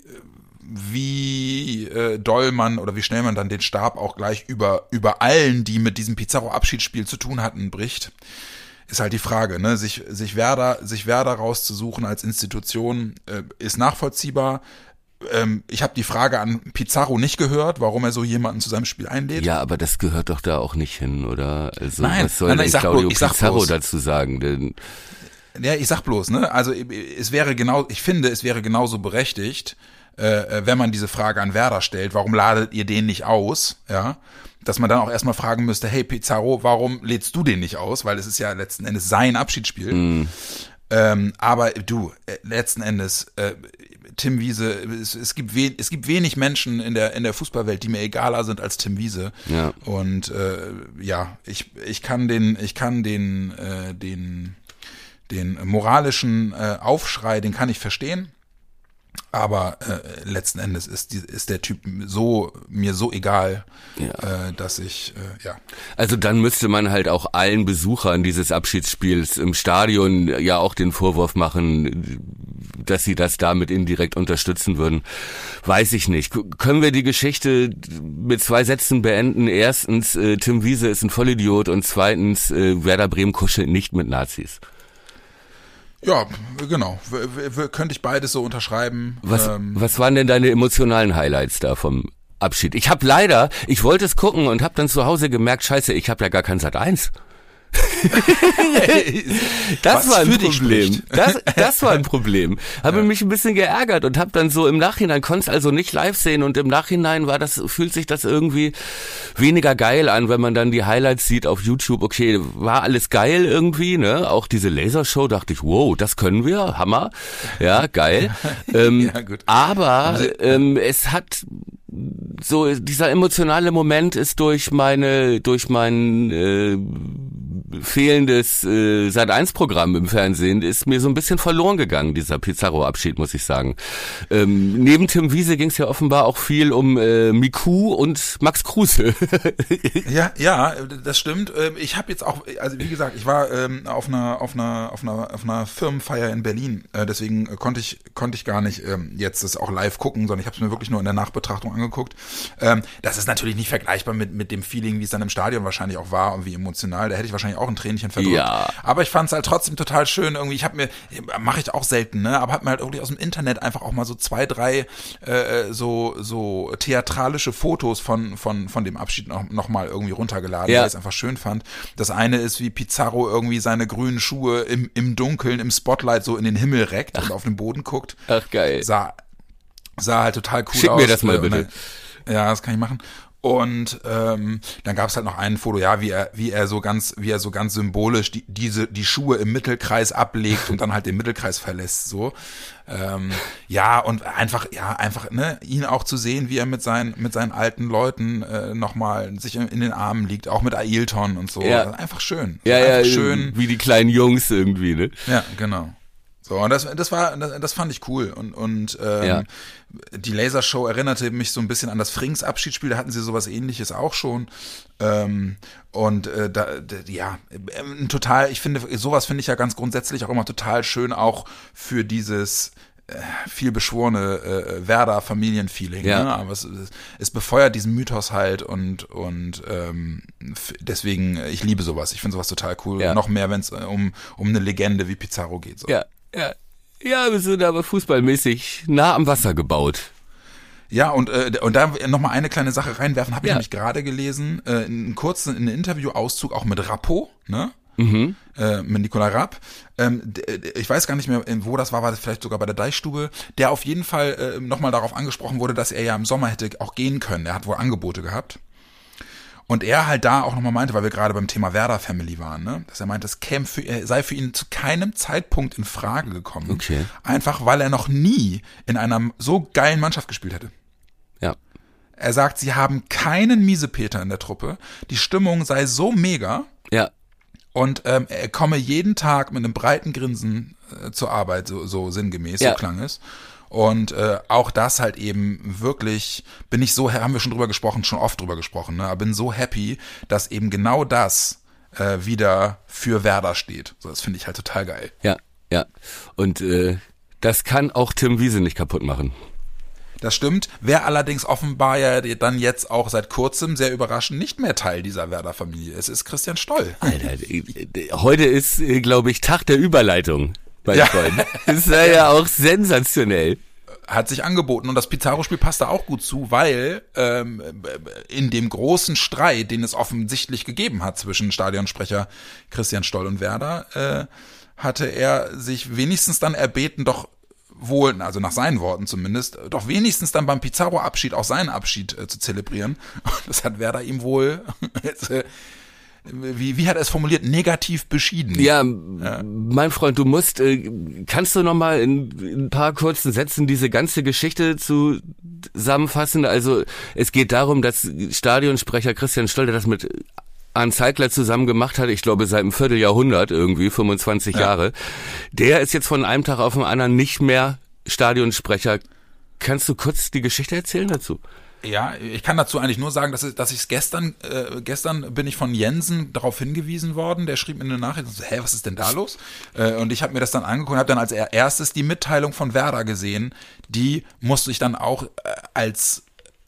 wie äh, doll man oder wie schnell man dann den Stab auch gleich über über allen, die mit diesem Pizarro-Abschiedsspiel zu tun hatten, bricht. Ist halt die Frage, ne? Sich, sich Werder, sich Werder rauszusuchen als Institution äh, ist nachvollziehbar. Ähm, ich habe die Frage an Pizarro nicht gehört, warum er so jemanden zu seinem Spiel einlädt. Ja, aber das gehört doch da auch nicht hin, oder? Also Nein, was soll nein, nein, denn ich sag Claudio bloß- ich sag Pizarro bloß. dazu sagen? Denn Ja, ich sag bloß, ne? Also es wäre genau, ich finde, es wäre genauso berechtigt, äh, wenn man diese Frage an Werder stellt, warum ladet ihr den nicht aus? Ja, dass man dann auch erstmal fragen müsste, hey Pizarro, warum lädst du den nicht aus? Weil es ist ja letzten Endes sein Abschiedsspiel. Mm. Ähm, aber du, äh, letzten Endes, äh, Tim Wiese, es, es gibt we es gibt wenig Menschen in der in der Fußballwelt, die mir egaler sind als Tim Wiese. Ja. Und äh, ja, ich ich kann den ich kann den äh, den den moralischen äh, Aufschrei, den kann ich verstehen. Aber äh, letzten Endes ist die, ist der Typ so mir so egal, Ja. äh, dass ich äh, ja Also dann müsste man halt auch allen Besuchern dieses Abschiedsspiels im Stadion ja auch den Vorwurf machen, dass sie das damit indirekt unterstützen würden. Weiß ich nicht. K- Können wir die Geschichte mit zwei Sätzen beenden? Erstens, äh, Tim Wiese ist ein Vollidiot und zweitens, äh, Werder Bremen kuschelt nicht mit Nazis. ja genau w w könnte ich beides so unterschreiben. Was, Ähm, was waren denn deine emotionalen Highlights da vom Abschied? Ich habe leider, ich wollte es gucken und habe dann zu Hause gemerkt, scheiße, ich habe ja gar kein Sat eins. Das Was war ein für dich Problem. spricht. Das, das war ein Problem. Habe mich ein bisschen geärgert und habe dann so im Nachhinein, konnte es also nicht live sehen und im Nachhinein war das, fühlt sich das irgendwie weniger geil an, wenn man dann die Highlights sieht auf YouTube. Okay, war alles geil irgendwie, ne? Auch diese Lasershow dachte ich, wow, das können wir, Hammer. Ja, geil. ähm, Ja, gut. aber ähm, es hat so, dieser emotionale Moment ist durch meine, durch mein äh, fehlendes äh, Sat eins Programm im Fernsehen, ist mir so ein bisschen verloren gegangen, dieser Pizarro-Abschied, muss ich sagen. Ähm, neben Tim Wiese ging es ja offenbar auch viel um äh, Miku und Max Kruse. Ja, ja, das stimmt. Ähm, Ich habe jetzt auch, also wie gesagt, ich war ähm, auf einer auf einer auf einer auf einer Firmenfeier in Berlin, äh, deswegen konnte ich konnte ich gar nicht ähm, jetzt das auch live gucken, sondern ich habe es mir wirklich nur in der Nachbetrachtung angeguckt. Ähm, das ist natürlich nicht vergleichbar mit mit dem Feeling, wie es dann im Stadion wahrscheinlich auch war und wie emotional. Da hätte ich wahrscheinlich auch ein Tränchen verdrückt. Ja. Aber ich fand es halt trotzdem total schön irgendwie. Ich habe mir, mache ich auch selten, ne, aber habe mir halt irgendwie aus dem Internet einfach auch mal so zwei, drei äh, so so theatralische Fotos von von von dem Abschied noch, noch mal irgendwie runtergeladen, Ja. weil ich es einfach schön fand. Das eine ist, wie Pizarro irgendwie seine grünen Schuhe im im Dunkeln, im Spotlight so in den Himmel reckt und auf den Boden guckt. Ach geil. Sah sah halt total cool Schick aus. mir das mal Und bitte. dann- Ja, das kann ich machen. Und ähm, dann gab es halt noch ein Foto, ja, wie er, wie er so ganz, wie er so ganz symbolisch die, diese die Schuhe im Mittelkreis ablegt und dann halt den Mittelkreis verlässt, so. Ähm, ja, und einfach, ja, einfach, ne, ihn auch zu sehen, wie er mit seinen mit seinen alten Leuten äh, nochmal sich in, in den Armen liegt, auch mit Ailton und so. Ja. Einfach schön. Ja, einfach ja, schön. Wie die kleinen Jungs irgendwie, ne? Ja, genau. So, und das, das war, das, das fand ich cool. Und, und ähm, Ja. die Lasershow erinnerte mich so ein bisschen an das Frings Abschiedsspiel, da hatten sie sowas ähnliches auch schon. Ähm, und äh, da, da, ja, ähm, total, ich finde, sowas finde ich ja ganz grundsätzlich auch immer total schön, auch für dieses äh, viel beschworene äh, Werder-Familienfeeling. Ja. Ne? Aber es, es, es befeuert diesen Mythos halt und, und ähm, f- deswegen, ich liebe sowas. Ich finde sowas total cool. Ja. Noch mehr, wenn es um, um eine Legende wie Pizarro geht. So. Ja, ja. Ja, wir sind aber fußballmäßig nah am Wasser gebaut. Ja, und, äh, und da nochmal eine kleine Sache reinwerfen, habe ich Ja. nämlich gerade gelesen, äh, einen kurzen einen Interviewauszug auch mit Rappo, ne? Mhm. Äh, mit Nicola Rapp. Ähm, d- d- ich weiß gar nicht mehr, wo das war, war das vielleicht sogar bei der Deichstube, der auf jeden Fall äh, nochmal darauf angesprochen wurde, dass er ja im Sommer hätte auch gehen können. Er hat wohl Angebote gehabt. Und er halt da auch nochmal meinte, weil wir gerade beim Thema Werder Family waren, ne, dass er meinte, das käme für, er sei für ihn zu keinem Zeitpunkt in Frage gekommen. Okay. Einfach weil er noch nie in einer so geilen Mannschaft gespielt hätte. Ja. Er sagt, sie haben keinen Miesepeter in der Truppe. Die Stimmung sei so mega Ja. und ähm, er komme jeden Tag mit einem breiten Grinsen äh, zur Arbeit, so, so sinngemäß, Ja. so klang es. Und äh, auch das halt eben wirklich, bin ich so, haben wir schon drüber gesprochen, schon oft drüber gesprochen, ne? Aber bin so happy, dass eben genau das äh, wieder für Werder steht. So, das finde ich halt total geil. Ja, ja. Und äh, das kann auch Tim Wiese nicht kaputt machen. Das stimmt. Wer allerdings offenbar ja dann jetzt auch seit kurzem, sehr überraschend, nicht mehr Teil dieser Werder-Familie ist, ist Christian Stoll. Alter, äh, heute ist, äh, glaube ich, Tag der Überleitung, mein Ja. Freund. Das ist ja, ja auch sensationell. Hat sich angeboten und das Pizarro-Spiel passt da auch gut zu, weil ähm, in dem großen Streit, den es offensichtlich gegeben hat zwischen Stadionsprecher Christian Stoll und Werder, äh, hatte er sich wenigstens dann erbeten, doch wohl, also nach seinen Worten zumindest, doch wenigstens dann beim Pizarro-Abschied auch seinen Abschied äh, zu zelebrieren. Das hat Werder ihm wohl jetzt, äh, Wie, wie hat er es formuliert? Negativ beschieden. Ja, ja, mein Freund, du musst, äh, kannst du nochmal in, in ein paar kurzen Sätzen diese ganze Geschichte zusammenfassen? Also es geht darum, dass Stadionsprecher Christian Stoll, der das mit Arne Zeigler zusammen gemacht hat, ich glaube seit einem Vierteljahrhundert irgendwie, fünfundzwanzig Ja. Jahre, der ist jetzt von einem Tag auf den anderen nicht mehr Stadionsprecher. Kannst du kurz die Geschichte erzählen dazu? Ja, ich kann dazu eigentlich nur sagen, dass ich dass ich es gestern, äh, gestern bin ich von Jensen darauf hingewiesen worden, der schrieb mir eine Nachricht, so, hä, was ist denn da los? Äh, und ich habe mir das dann angeguckt und habe dann als erstes die Mitteilung von Werder gesehen, die musste ich dann auch äh, als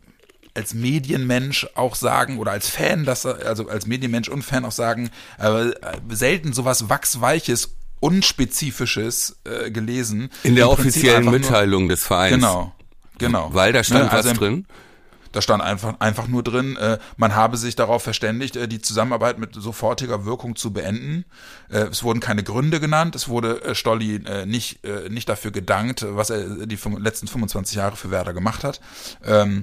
als Medienmensch auch sagen oder als Fan, das, also als Medienmensch und Fan auch sagen, äh, selten sowas Wachsweiches, Unspezifisches äh, gelesen. In der Im Prinzip offiziellen einfach nur- Mitteilung des Vereins. Genau, genau. Weil da stand Ne, also was im- drin. Da stand einfach, einfach nur drin, äh, man habe sich darauf verständigt, äh, die Zusammenarbeit mit sofortiger Wirkung zu beenden. Äh, es wurden keine Gründe genannt, es wurde äh, Stolli äh, nicht, äh, nicht dafür gedankt, was er die fün- letzten fünfundzwanzig Jahre für Werder gemacht hat. Ähm,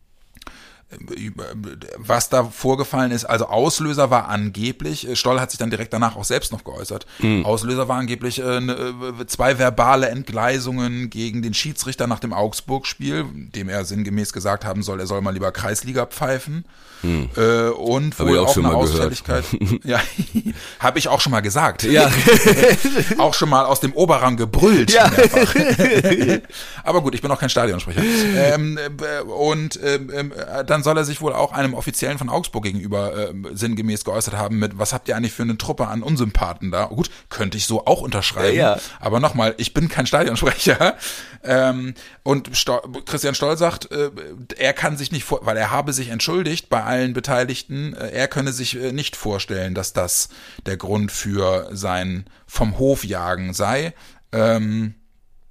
was da vorgefallen ist, also Auslöser war angeblich, Stoll hat sich dann direkt danach auch selbst noch geäußert, mhm. Auslöser war angeblich äh, ne, zwei verbale Entgleisungen gegen den Schiedsrichter nach dem Augsburg-Spiel, dem er sinngemäß gesagt haben soll, er soll mal lieber Kreisliga pfeifen. Hm. Äh, und Hab wohl ich auch auch, schon eine mal Ausfälligkeit. Ja, habe ich auch schon mal gesagt. Ja. Auch schon mal aus dem Oberrang gebrüllt. Ja. Aber gut, ich bin auch kein Stadionsprecher. ähm, äh, und ähm, äh, dann soll er sich wohl auch einem Offiziellen von Augsburg gegenüber äh, sinngemäß geäußert haben mit, was habt ihr eigentlich für eine Truppe an Unsympathen da? Gut, könnte ich so auch unterschreiben. Ja, ja. Aber nochmal, ich bin kein Stadionsprecher. Ähm, und Sto- Christian Stoll sagt, äh, er kann sich nicht vor, weil er habe sich entschuldigt bei allen Beteiligten, äh, er könne sich äh, nicht vorstellen, dass das der Grund für sein vom Hof jagen sei. Ähm,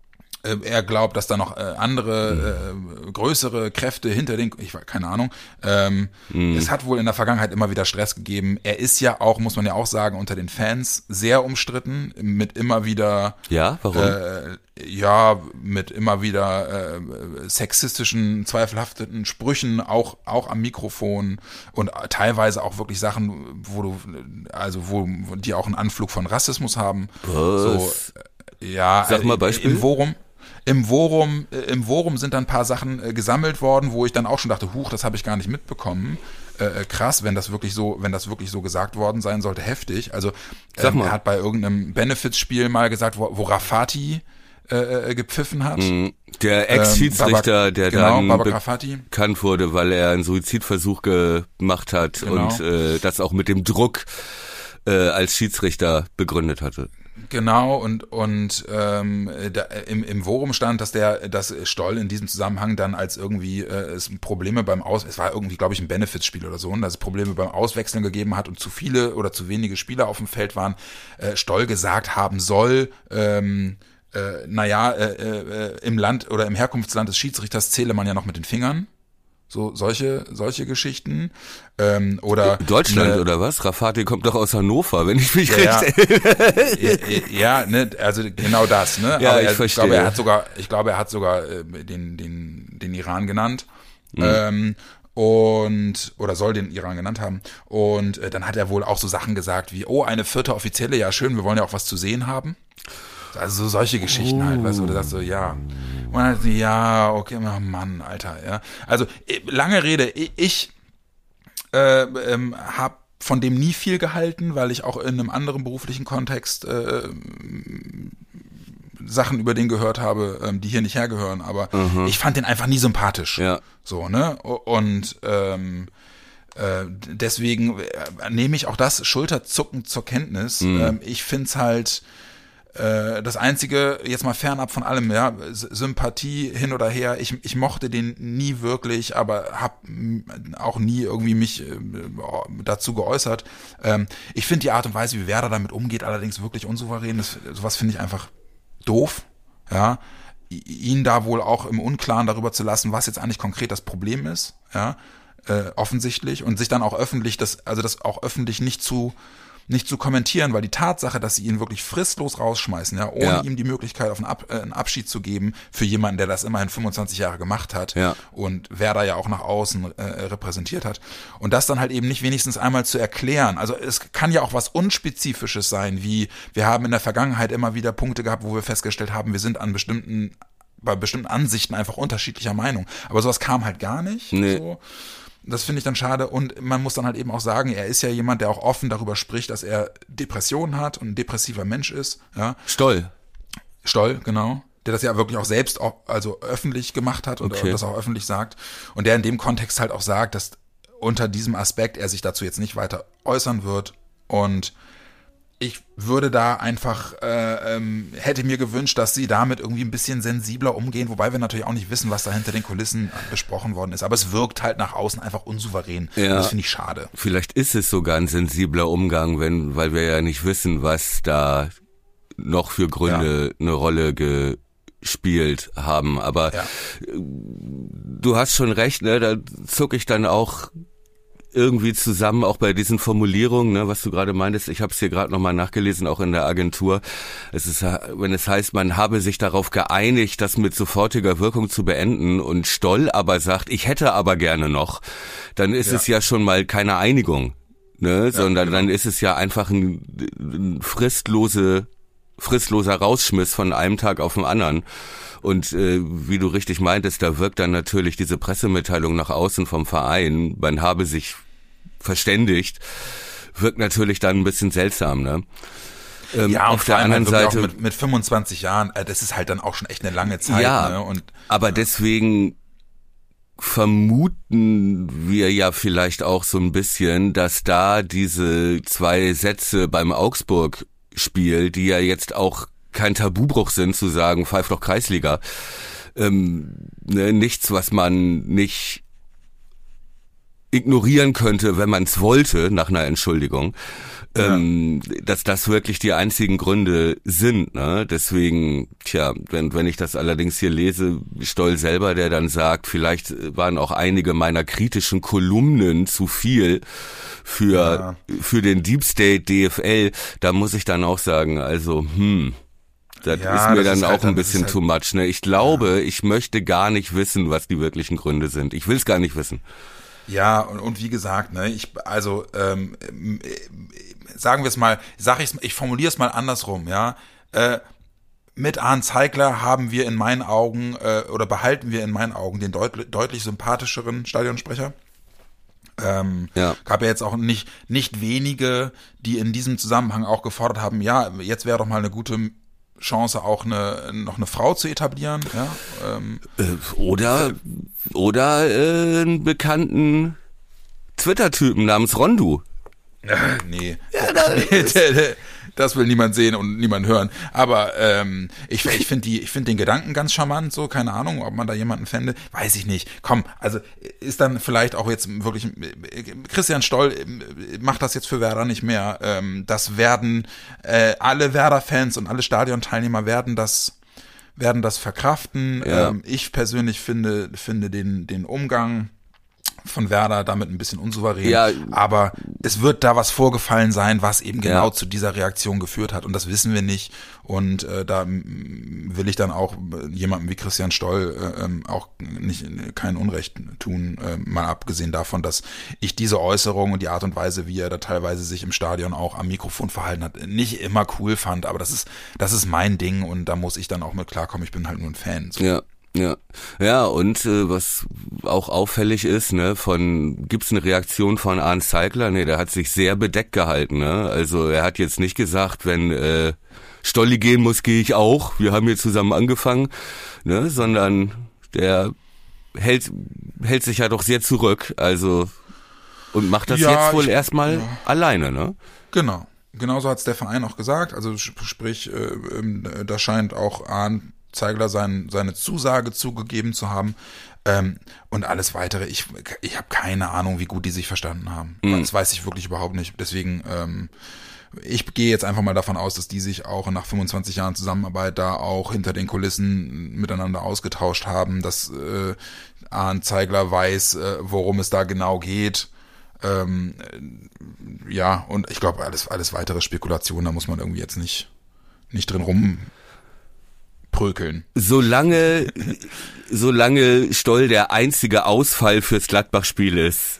er glaubt, dass da noch äh, andere, äh, größere Kräfte hinter den, ich weiß, keine Ahnung. Ähm, mhm. Es hat wohl in der Vergangenheit immer wieder Stress gegeben. Er ist ja auch, muss man ja auch sagen, unter den Fans sehr umstritten, mit immer wieder, ja, warum? Äh, ja, mit immer wieder äh, sexistischen, zweifelhaften Sprüchen, auch auch am Mikrofon und teilweise auch wirklich Sachen, wo du, also wo die auch einen Anflug von Rassismus haben. Was? So, ja, sag mal Beispiel. Im Forum. Im Forum, im Forum sind dann ein paar Sachen äh, gesammelt worden, wo ich dann auch schon dachte, huch, das habe ich gar nicht mitbekommen. Äh, krass, wenn das wirklich so, wenn das wirklich so gesagt worden sein sollte, heftig. Also ähm, er hat bei irgendeinem Benefits-Spiel mal gesagt, wo, wo Rafati äh, gepfiffen hat. Der Ex-Schiedsrichter, ähm, der genau, dann Babak Rafati. bekannt wurde, weil er einen Suizidversuch gemacht hat Genau. und äh, das auch mit dem Druck äh, als Schiedsrichter begründet hatte. Genau, und und ähm, da, im, im Forum stand, dass der, dass Stoll in diesem Zusammenhang dann als irgendwie äh, es Probleme beim Aus, es war irgendwie, glaube ich, ein Benefits-Spiel oder so, und dass es Probleme beim Auswechseln gegeben hat und zu viele oder zu wenige Spieler auf dem Feld waren, äh, Stoll gesagt haben soll, ähm, äh, naja, äh, äh, im Land oder im Herkunftsland des Schiedsrichters zähle man ja noch mit den Fingern. So, solche, solche Geschichten. Ähm, oder Deutschland ne, oder was? Rafati kommt doch aus Hannover, wenn ich mich ja, recht erinnere. ja, ja, ne, also genau das, ne? Ja, aber ich er, verstehe. Ich glaube, er hat sogar, ich glaube, er hat sogar äh, den, den, den Iran genannt. Mhm. Ähm, und, oder soll den Iran genannt haben. Und äh, dann hat er wohl auch so Sachen gesagt wie, oh, eine vierte Offizielle, ja schön, wir wollen ja auch was zu sehen haben. Also so solche Geschichten oh. halt, weißt du, du sagst so, ja. Und dann, ja, okay, oh Mann, Alter, ja. Also, lange Rede, ich äh, ähm, habe von dem nie viel gehalten, weil ich auch in einem anderen beruflichen Kontext äh, Sachen über den gehört habe, ähm, die hier nicht hergehören, aber mhm. ich fand den einfach nie sympathisch. Ja. So, ne? Und ähm, äh, deswegen äh, nehme ich auch das Schulterzucken zur Kenntnis. Mhm. Ähm, ich find's halt das Einzige, jetzt mal fernab von allem, ja, Sympathie hin oder her, ich, ich mochte den nie wirklich, aber hab auch nie irgendwie mich dazu geäußert. Ich finde die Art und Weise, wie Werder damit umgeht, allerdings wirklich unsouverän. Das, sowas finde ich einfach doof, ja. Ihn da wohl auch im Unklaren darüber zu lassen, was jetzt eigentlich konkret das Problem ist, ja, äh, offensichtlich, und sich dann auch öffentlich, das, also das auch öffentlich nicht zu nicht zu kommentieren, weil die Tatsache, dass sie ihn wirklich fristlos rausschmeißen, ja, ohne ja. ihm die Möglichkeit auf einen, Ab, äh, einen Abschied zu geben, für jemanden, der das immerhin fünfundzwanzig Jahre gemacht hat ja. und Werder ja auch nach außen äh, repräsentiert hat. Und das dann halt eben nicht wenigstens einmal zu erklären. Also es kann ja auch was Unspezifisches sein, wie wir haben in der Vergangenheit immer wieder Punkte gehabt, wo wir festgestellt haben, wir sind an bestimmten, bei bestimmten Ansichten einfach unterschiedlicher Meinung. Aber sowas kam halt gar nicht. Nee. So. Das finde ich dann schade, und man muss dann halt eben auch sagen, er ist ja jemand, der auch offen darüber spricht, dass er Depressionen hat und ein depressiver Mensch ist. Ja. Stoll. Stoll, genau. Der das ja wirklich auch selbst auch, also öffentlich gemacht hat und okay. das auch öffentlich sagt. Und der in dem Kontext halt auch sagt, dass unter diesem Aspekt er sich dazu jetzt nicht weiter äußern wird. Und ich würde da einfach, äh, ähm, hätte mir gewünscht, dass sie damit irgendwie ein bisschen sensibler umgehen, wobei wir natürlich auch nicht wissen, was da hinter den Kulissen besprochen worden ist. Aber es wirkt halt nach außen einfach unsouverän. Ja. Das finde ich schade. Vielleicht ist es sogar ein sensibler Umgang, wenn, weil wir ja nicht wissen, was da noch für Gründe ja. eine Rolle gespielt haben. Aber ja. du hast schon recht, ne? Da zucke ich dann auch irgendwie zusammen, auch bei diesen Formulierungen, ne, was du gerade meintest. Ich habe es hier gerade nochmal nachgelesen, auch in der Agentur. Es ist, wenn es heißt, man habe sich darauf geeinigt, das mit sofortiger Wirkung zu beenden, und Stoll aber sagt, ich hätte aber gerne noch, dann ist ja. es ja schon mal keine Einigung, ne, ja, sondern genau. dann ist es ja einfach ein, ein fristlose, fristloser Rausschmiss von einem Tag auf den anderen. Und äh, wie du richtig meintest, da wirkt dann natürlich diese Pressemitteilung nach außen vom Verein, man habe sich verständigt, wirkt natürlich dann ein bisschen seltsam, ne? Ähm, ja, und auf der anderen halt Seite mit, mit fünfundzwanzig Jahren, äh, das ist halt dann auch schon echt eine lange Zeit. Ja, ne? Und, aber ja. deswegen vermuten wir ja vielleicht auch so ein bisschen, dass da diese zwei Sätze beim Augsburg-Spiel, die ja jetzt auch kein Tabubruch sind, zu sagen, pfeif doch Kreisliga. Ähm, ne, nichts, was man nicht ignorieren könnte, wenn man es wollte, nach einer Entschuldigung. Ähm, ja. dass das wirklich die einzigen Gründe sind, ne? Deswegen, tja, wenn wenn ich das allerdings hier lese, Stoll selber, der dann sagt, vielleicht waren auch einige meiner kritischen Kolumnen zu viel für ja. für den Deep State D F L, da muss ich dann auch sagen, also hm, das ja, ist mir das dann ist auch halt, ein bisschen halt, too much, ne? Ich glaube, ja. ich möchte gar nicht wissen, was die wirklichen Gründe sind. Ich will es gar nicht wissen. Ja, und, und wie gesagt, ne, ich, also, ähm, sagen wir es mal, sag ich's, ich formuliere es mal andersrum, ja, äh, mit Arne Zeigler haben wir in meinen Augen, äh, oder behalten wir in meinen Augen den deut- deutlich sympathischeren Stadionsprecher. Ähm, ja. Gab ja jetzt auch nicht, nicht wenige, die in diesem Zusammenhang auch gefordert haben, ja, jetzt wäre doch mal eine gute Chance, auch eine noch eine Frau zu etablieren, ja. Ähm, oder äh, oder äh, einen bekannten Twitter-Typen namens Rondu. Äh, nee, ja, das, das will niemand sehen und niemand hören. Aber ähm, ich, ich finde die, ich finde den Gedanken ganz charmant. So, keine Ahnung, ob man da jemanden fände, weiß ich nicht. Komm, also ist dann vielleicht auch jetzt wirklich Christian Stoll macht das jetzt für Werder nicht mehr. Ähm, das werden äh, alle Werder-Fans und alle Stadionteilnehmer werden das werden das verkraften. Ja. Ähm, ich persönlich finde finde den den Umgang von Werder damit ein bisschen unsouverän, ja, aber es wird da was vorgefallen sein, was eben genau ja. zu dieser Reaktion geführt hat und das wissen wir nicht und äh, da will ich dann auch jemandem wie Christian Stoll äh, auch nicht kein Unrecht tun, äh, mal abgesehen davon, dass ich diese Äußerung und die Art und Weise, wie er da teilweise sich im Stadion auch am Mikrofon verhalten hat, nicht immer cool fand, aber das ist das ist mein Ding und da muss ich dann auch mit klarkommen, ich bin halt nur ein Fan. So. Ja. Ja, ja, und äh, was auch auffällig ist, ne, von gibt's eine Reaktion von Arne Zeigler? Nee, der hat sich sehr bedeckt gehalten, ne? Also er hat jetzt nicht gesagt, wenn äh, Stolli gehen muss, gehe ich auch. Wir haben hier zusammen angefangen, ne, sondern der hält hält sich ja doch sehr zurück, also und macht das ja, jetzt wohl ich, erstmal ja. alleine, ne? Genau. Genauso hat's der Verein auch gesagt, also sprich, äh, da scheint auch Arne Zeigler sein, seine Zusage zugegeben zu haben ähm, und alles weitere. Ich ich habe keine Ahnung, wie gut die sich verstanden haben. Mhm. Das weiß ich wirklich überhaupt nicht. Deswegen, ähm, ich gehe jetzt einfach mal davon aus, dass die sich auch nach fünfundzwanzig Jahren Zusammenarbeit da auch hinter den Kulissen miteinander ausgetauscht haben, dass äh, Arne Zeigler weiß, äh, worum es da genau geht. Ähm, äh, ja, und ich glaube, alles, alles weitere Spekulation, da muss man irgendwie jetzt nicht, nicht drin rum prökeln. Solange, solange Stoll der einzige Ausfall fürs Gladbach-Spiel ist,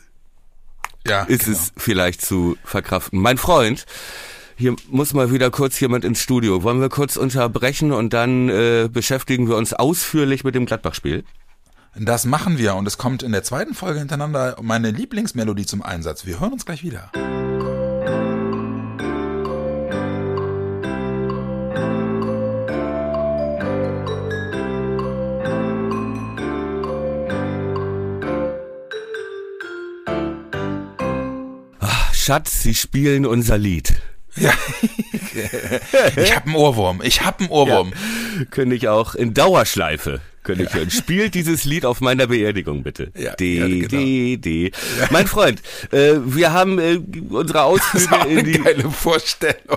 ja, ist genau. es vielleicht zu verkraften. Mein Freund, hier muss mal wieder kurz jemand ins Studio. Wollen wir kurz unterbrechen und dann äh, beschäftigen wir uns ausführlich mit dem Gladbach-Spiel? Das machen wir und es kommt in der zweiten Folge hintereinander meine Lieblingsmelodie zum Einsatz. Wir hören uns gleich wieder. Schatz, Sie spielen unser Lied. Ja. Ich hab einen Ohrwurm. Ich hab einen Ohrwurm. Ja. Könnte ich auch in Dauerschleife. Könnte ich hören. Spielt dieses Lied auf meiner Beerdigung, bitte. Ja, D, ja, genau. D, D. Ja. Mein Freund, äh, wir haben äh, unsere Ausflüge das ist auch in eine die... geile Vorstellung.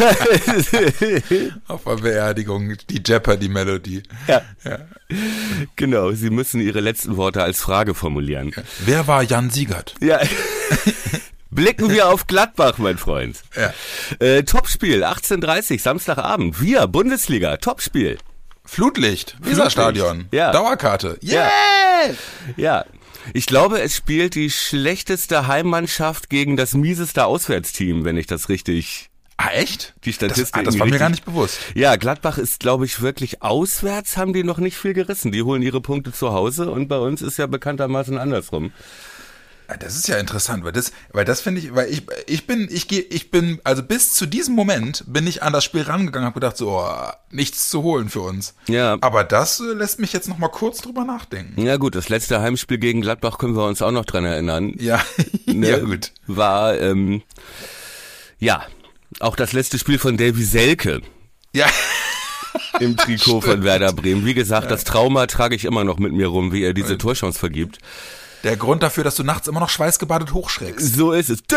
Auf der Beerdigung, die Jeopardy-Melodie. Ja. ja. Genau, Sie müssen Ihre letzten Worte als Frage formulieren. Ja. Wer war Jan Siegert? Ja. Blicken wir auf Gladbach, mein Freund. Ja. Äh, Topspiel, achtzehn Uhr dreißig, Samstagabend. Wir, Bundesliga, Topspiel. Flutlicht, Weserstadion, ja. Dauerkarte. Yeah! Ja. ja. Ich glaube, es spielt die schlechteste Heimmannschaft gegen das mieseste Auswärtsteam, wenn ich das richtig... Ah, echt? Die Statistik. Das, ah, das war mir gar nicht bewusst. Ja, Gladbach ist, glaube ich, wirklich auswärts, haben die noch nicht viel gerissen. Die holen ihre Punkte zu Hause und bei uns ist ja bekanntermaßen andersrum. Das ist ja interessant, weil das, weil das finde ich, weil ich, ich bin, ich gehe, ich bin, also bis zu diesem Moment bin ich an das Spiel rangegangen, habe gedacht, so, oh, nichts zu holen für uns. Ja. Aber das äh, lässt mich jetzt noch mal kurz drüber nachdenken. Ja gut, das letzte Heimspiel gegen Gladbach können wir uns auch noch dran erinnern. Ja, ne, ja gut. War, ähm, ja, auch das letzte Spiel von Davy Selke. Ja. Im Trikot von Werder Bremen. Wie gesagt, ja. Das Trauma trage ich immer noch mit mir rum, wie er diese Torchance vergibt. Der Grund dafür, dass du nachts immer noch schweißgebadet hochschreckst. So ist es.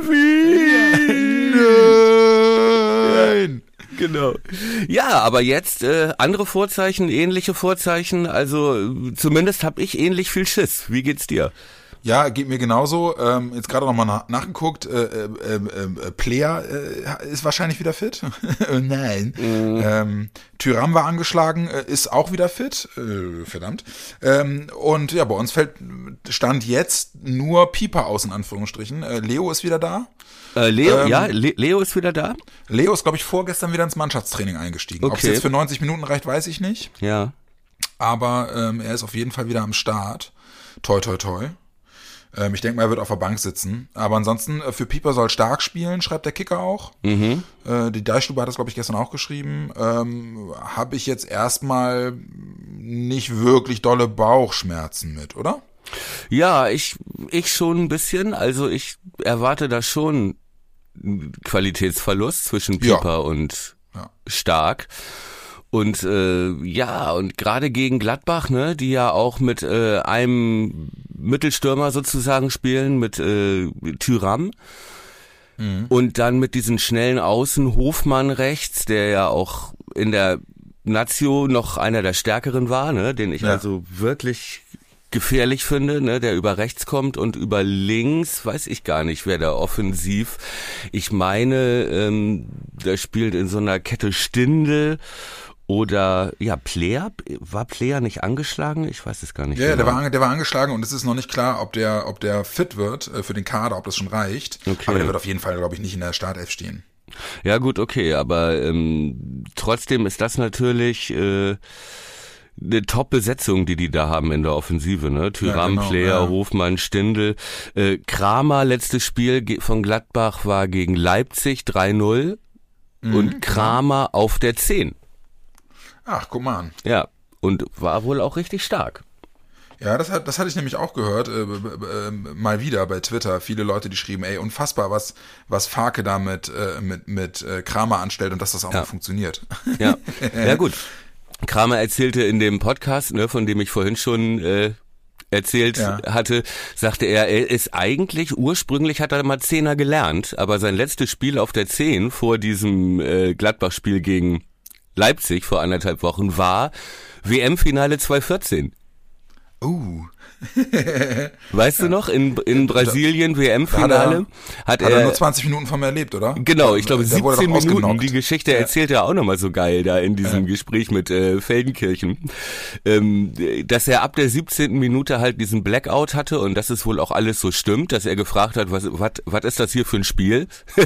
Davy! Nein! Genau. Ja, aber jetzt äh, andere Vorzeichen, ähnliche Vorzeichen. Also zumindest habe ich ähnlich viel Schiss. Wie geht's dir? Ja, geht mir genauso. Ähm, jetzt gerade nochmal nach, nachgeguckt. Äh, äh, äh, Player äh, ist wahrscheinlich wieder fit. Nein. Mhm. Ähm, Thuram war angeschlagen, äh, ist auch wieder fit. Äh, verdammt. Ähm, und ja, bei uns fällt Stand jetzt nur Pieper aus, in Anführungsstrichen. Äh, Leo ist wieder da. Äh, Leo, ähm, ja, Le- Leo ist wieder da. Leo ist, glaube ich, vorgestern wieder ins Mannschaftstraining eingestiegen. Okay. Ob es jetzt für neunzig Minuten reicht, weiß ich nicht. Ja. Aber ähm, er ist auf jeden Fall wieder am Start. Toi, toi, toi. Ähm, ich denke mal, er wird auf der Bank sitzen. Aber ansonsten, äh, für Pieper soll stark spielen, schreibt der Kicker auch. Mhm. Äh, die Deichstube hat das, glaube ich, gestern auch geschrieben. Ähm, Habe ich jetzt erstmal nicht wirklich dolle Bauchschmerzen mit, oder? Ja, ich, ich schon ein bisschen. Also ich erwarte da schon einen Qualitätsverlust zwischen Pieper Ja. und Ja. Stark. Und äh, ja, und gerade gegen Gladbach, ne, die ja auch mit äh, einem Mittelstürmer sozusagen spielen, mit äh, Thuram. Mhm. Und dann mit diesen schnellen Außen Hofmann rechts, der ja auch in der Nazio noch einer der Stärkeren war, ne, den ich Ja. also wirklich gefährlich finde, ne, der über rechts kommt, und über links weiß ich gar nicht, wer da offensiv. Ich meine, ähm, der spielt in so einer Kette Stindl oder ja, Player, war Player nicht angeschlagen? Ich weiß es gar nicht. Ja, ja, genau. der war, ange- der war angeschlagen und es ist noch nicht klar, ob der, ob der fit wird äh, für den Kader, ob das schon reicht. Okay. Aber der wird auf jeden Fall, glaube ich, nicht in der Startelf stehen. Ja gut, okay, aber ähm, trotzdem ist das natürlich äh, eine Top-Besetzung, die die da haben in der Offensive, ne? Thuram, Ja, genau, Player, ja. Hofmann, Stindl. Äh, Kramer, letztes Spiel ge- von Gladbach war gegen Leipzig drei null Mhm, und Kramer auf der zehn. Ach, guck mal an. Ja, und war wohl auch richtig stark. Ja, das hat, das hatte ich nämlich auch gehört, äh, b- b- äh, mal wieder bei Twitter. Viele Leute, die schrieben, ey, unfassbar, was, was Farke da mit, äh, mit, mit äh, Kramer anstellt und dass das auch Ja. noch funktioniert. Ja, ja gut. Kramer erzählte in dem Podcast, ne, von dem ich vorhin schon äh, erzählt Ja. hatte, sagte er, er ist eigentlich, ursprünglich hat er mal Zehner gelernt, aber sein letztes Spiel auf der Zehn vor diesem äh, Gladbach-Spiel gegen Leipzig vor anderthalb Wochen war W M-Finale zwanzig vierzehn. Uh. Weißt du noch, in, in Brasilien W M-Finale hat, Hat er er nur zwanzig Minuten von mir erlebt, oder? Genau, ich glaube Der wurde doch siebzehn Minuten. ausgenockt. Die Geschichte erzählt er auch nochmal so geil da in diesem Ja. Gespräch mit äh, Feldenkirchen, ähm, dass er ab der siebzehnten Minute halt diesen Blackout hatte und dass es wohl auch alles so stimmt, dass er gefragt hat, was was was ist das hier für ein Spiel?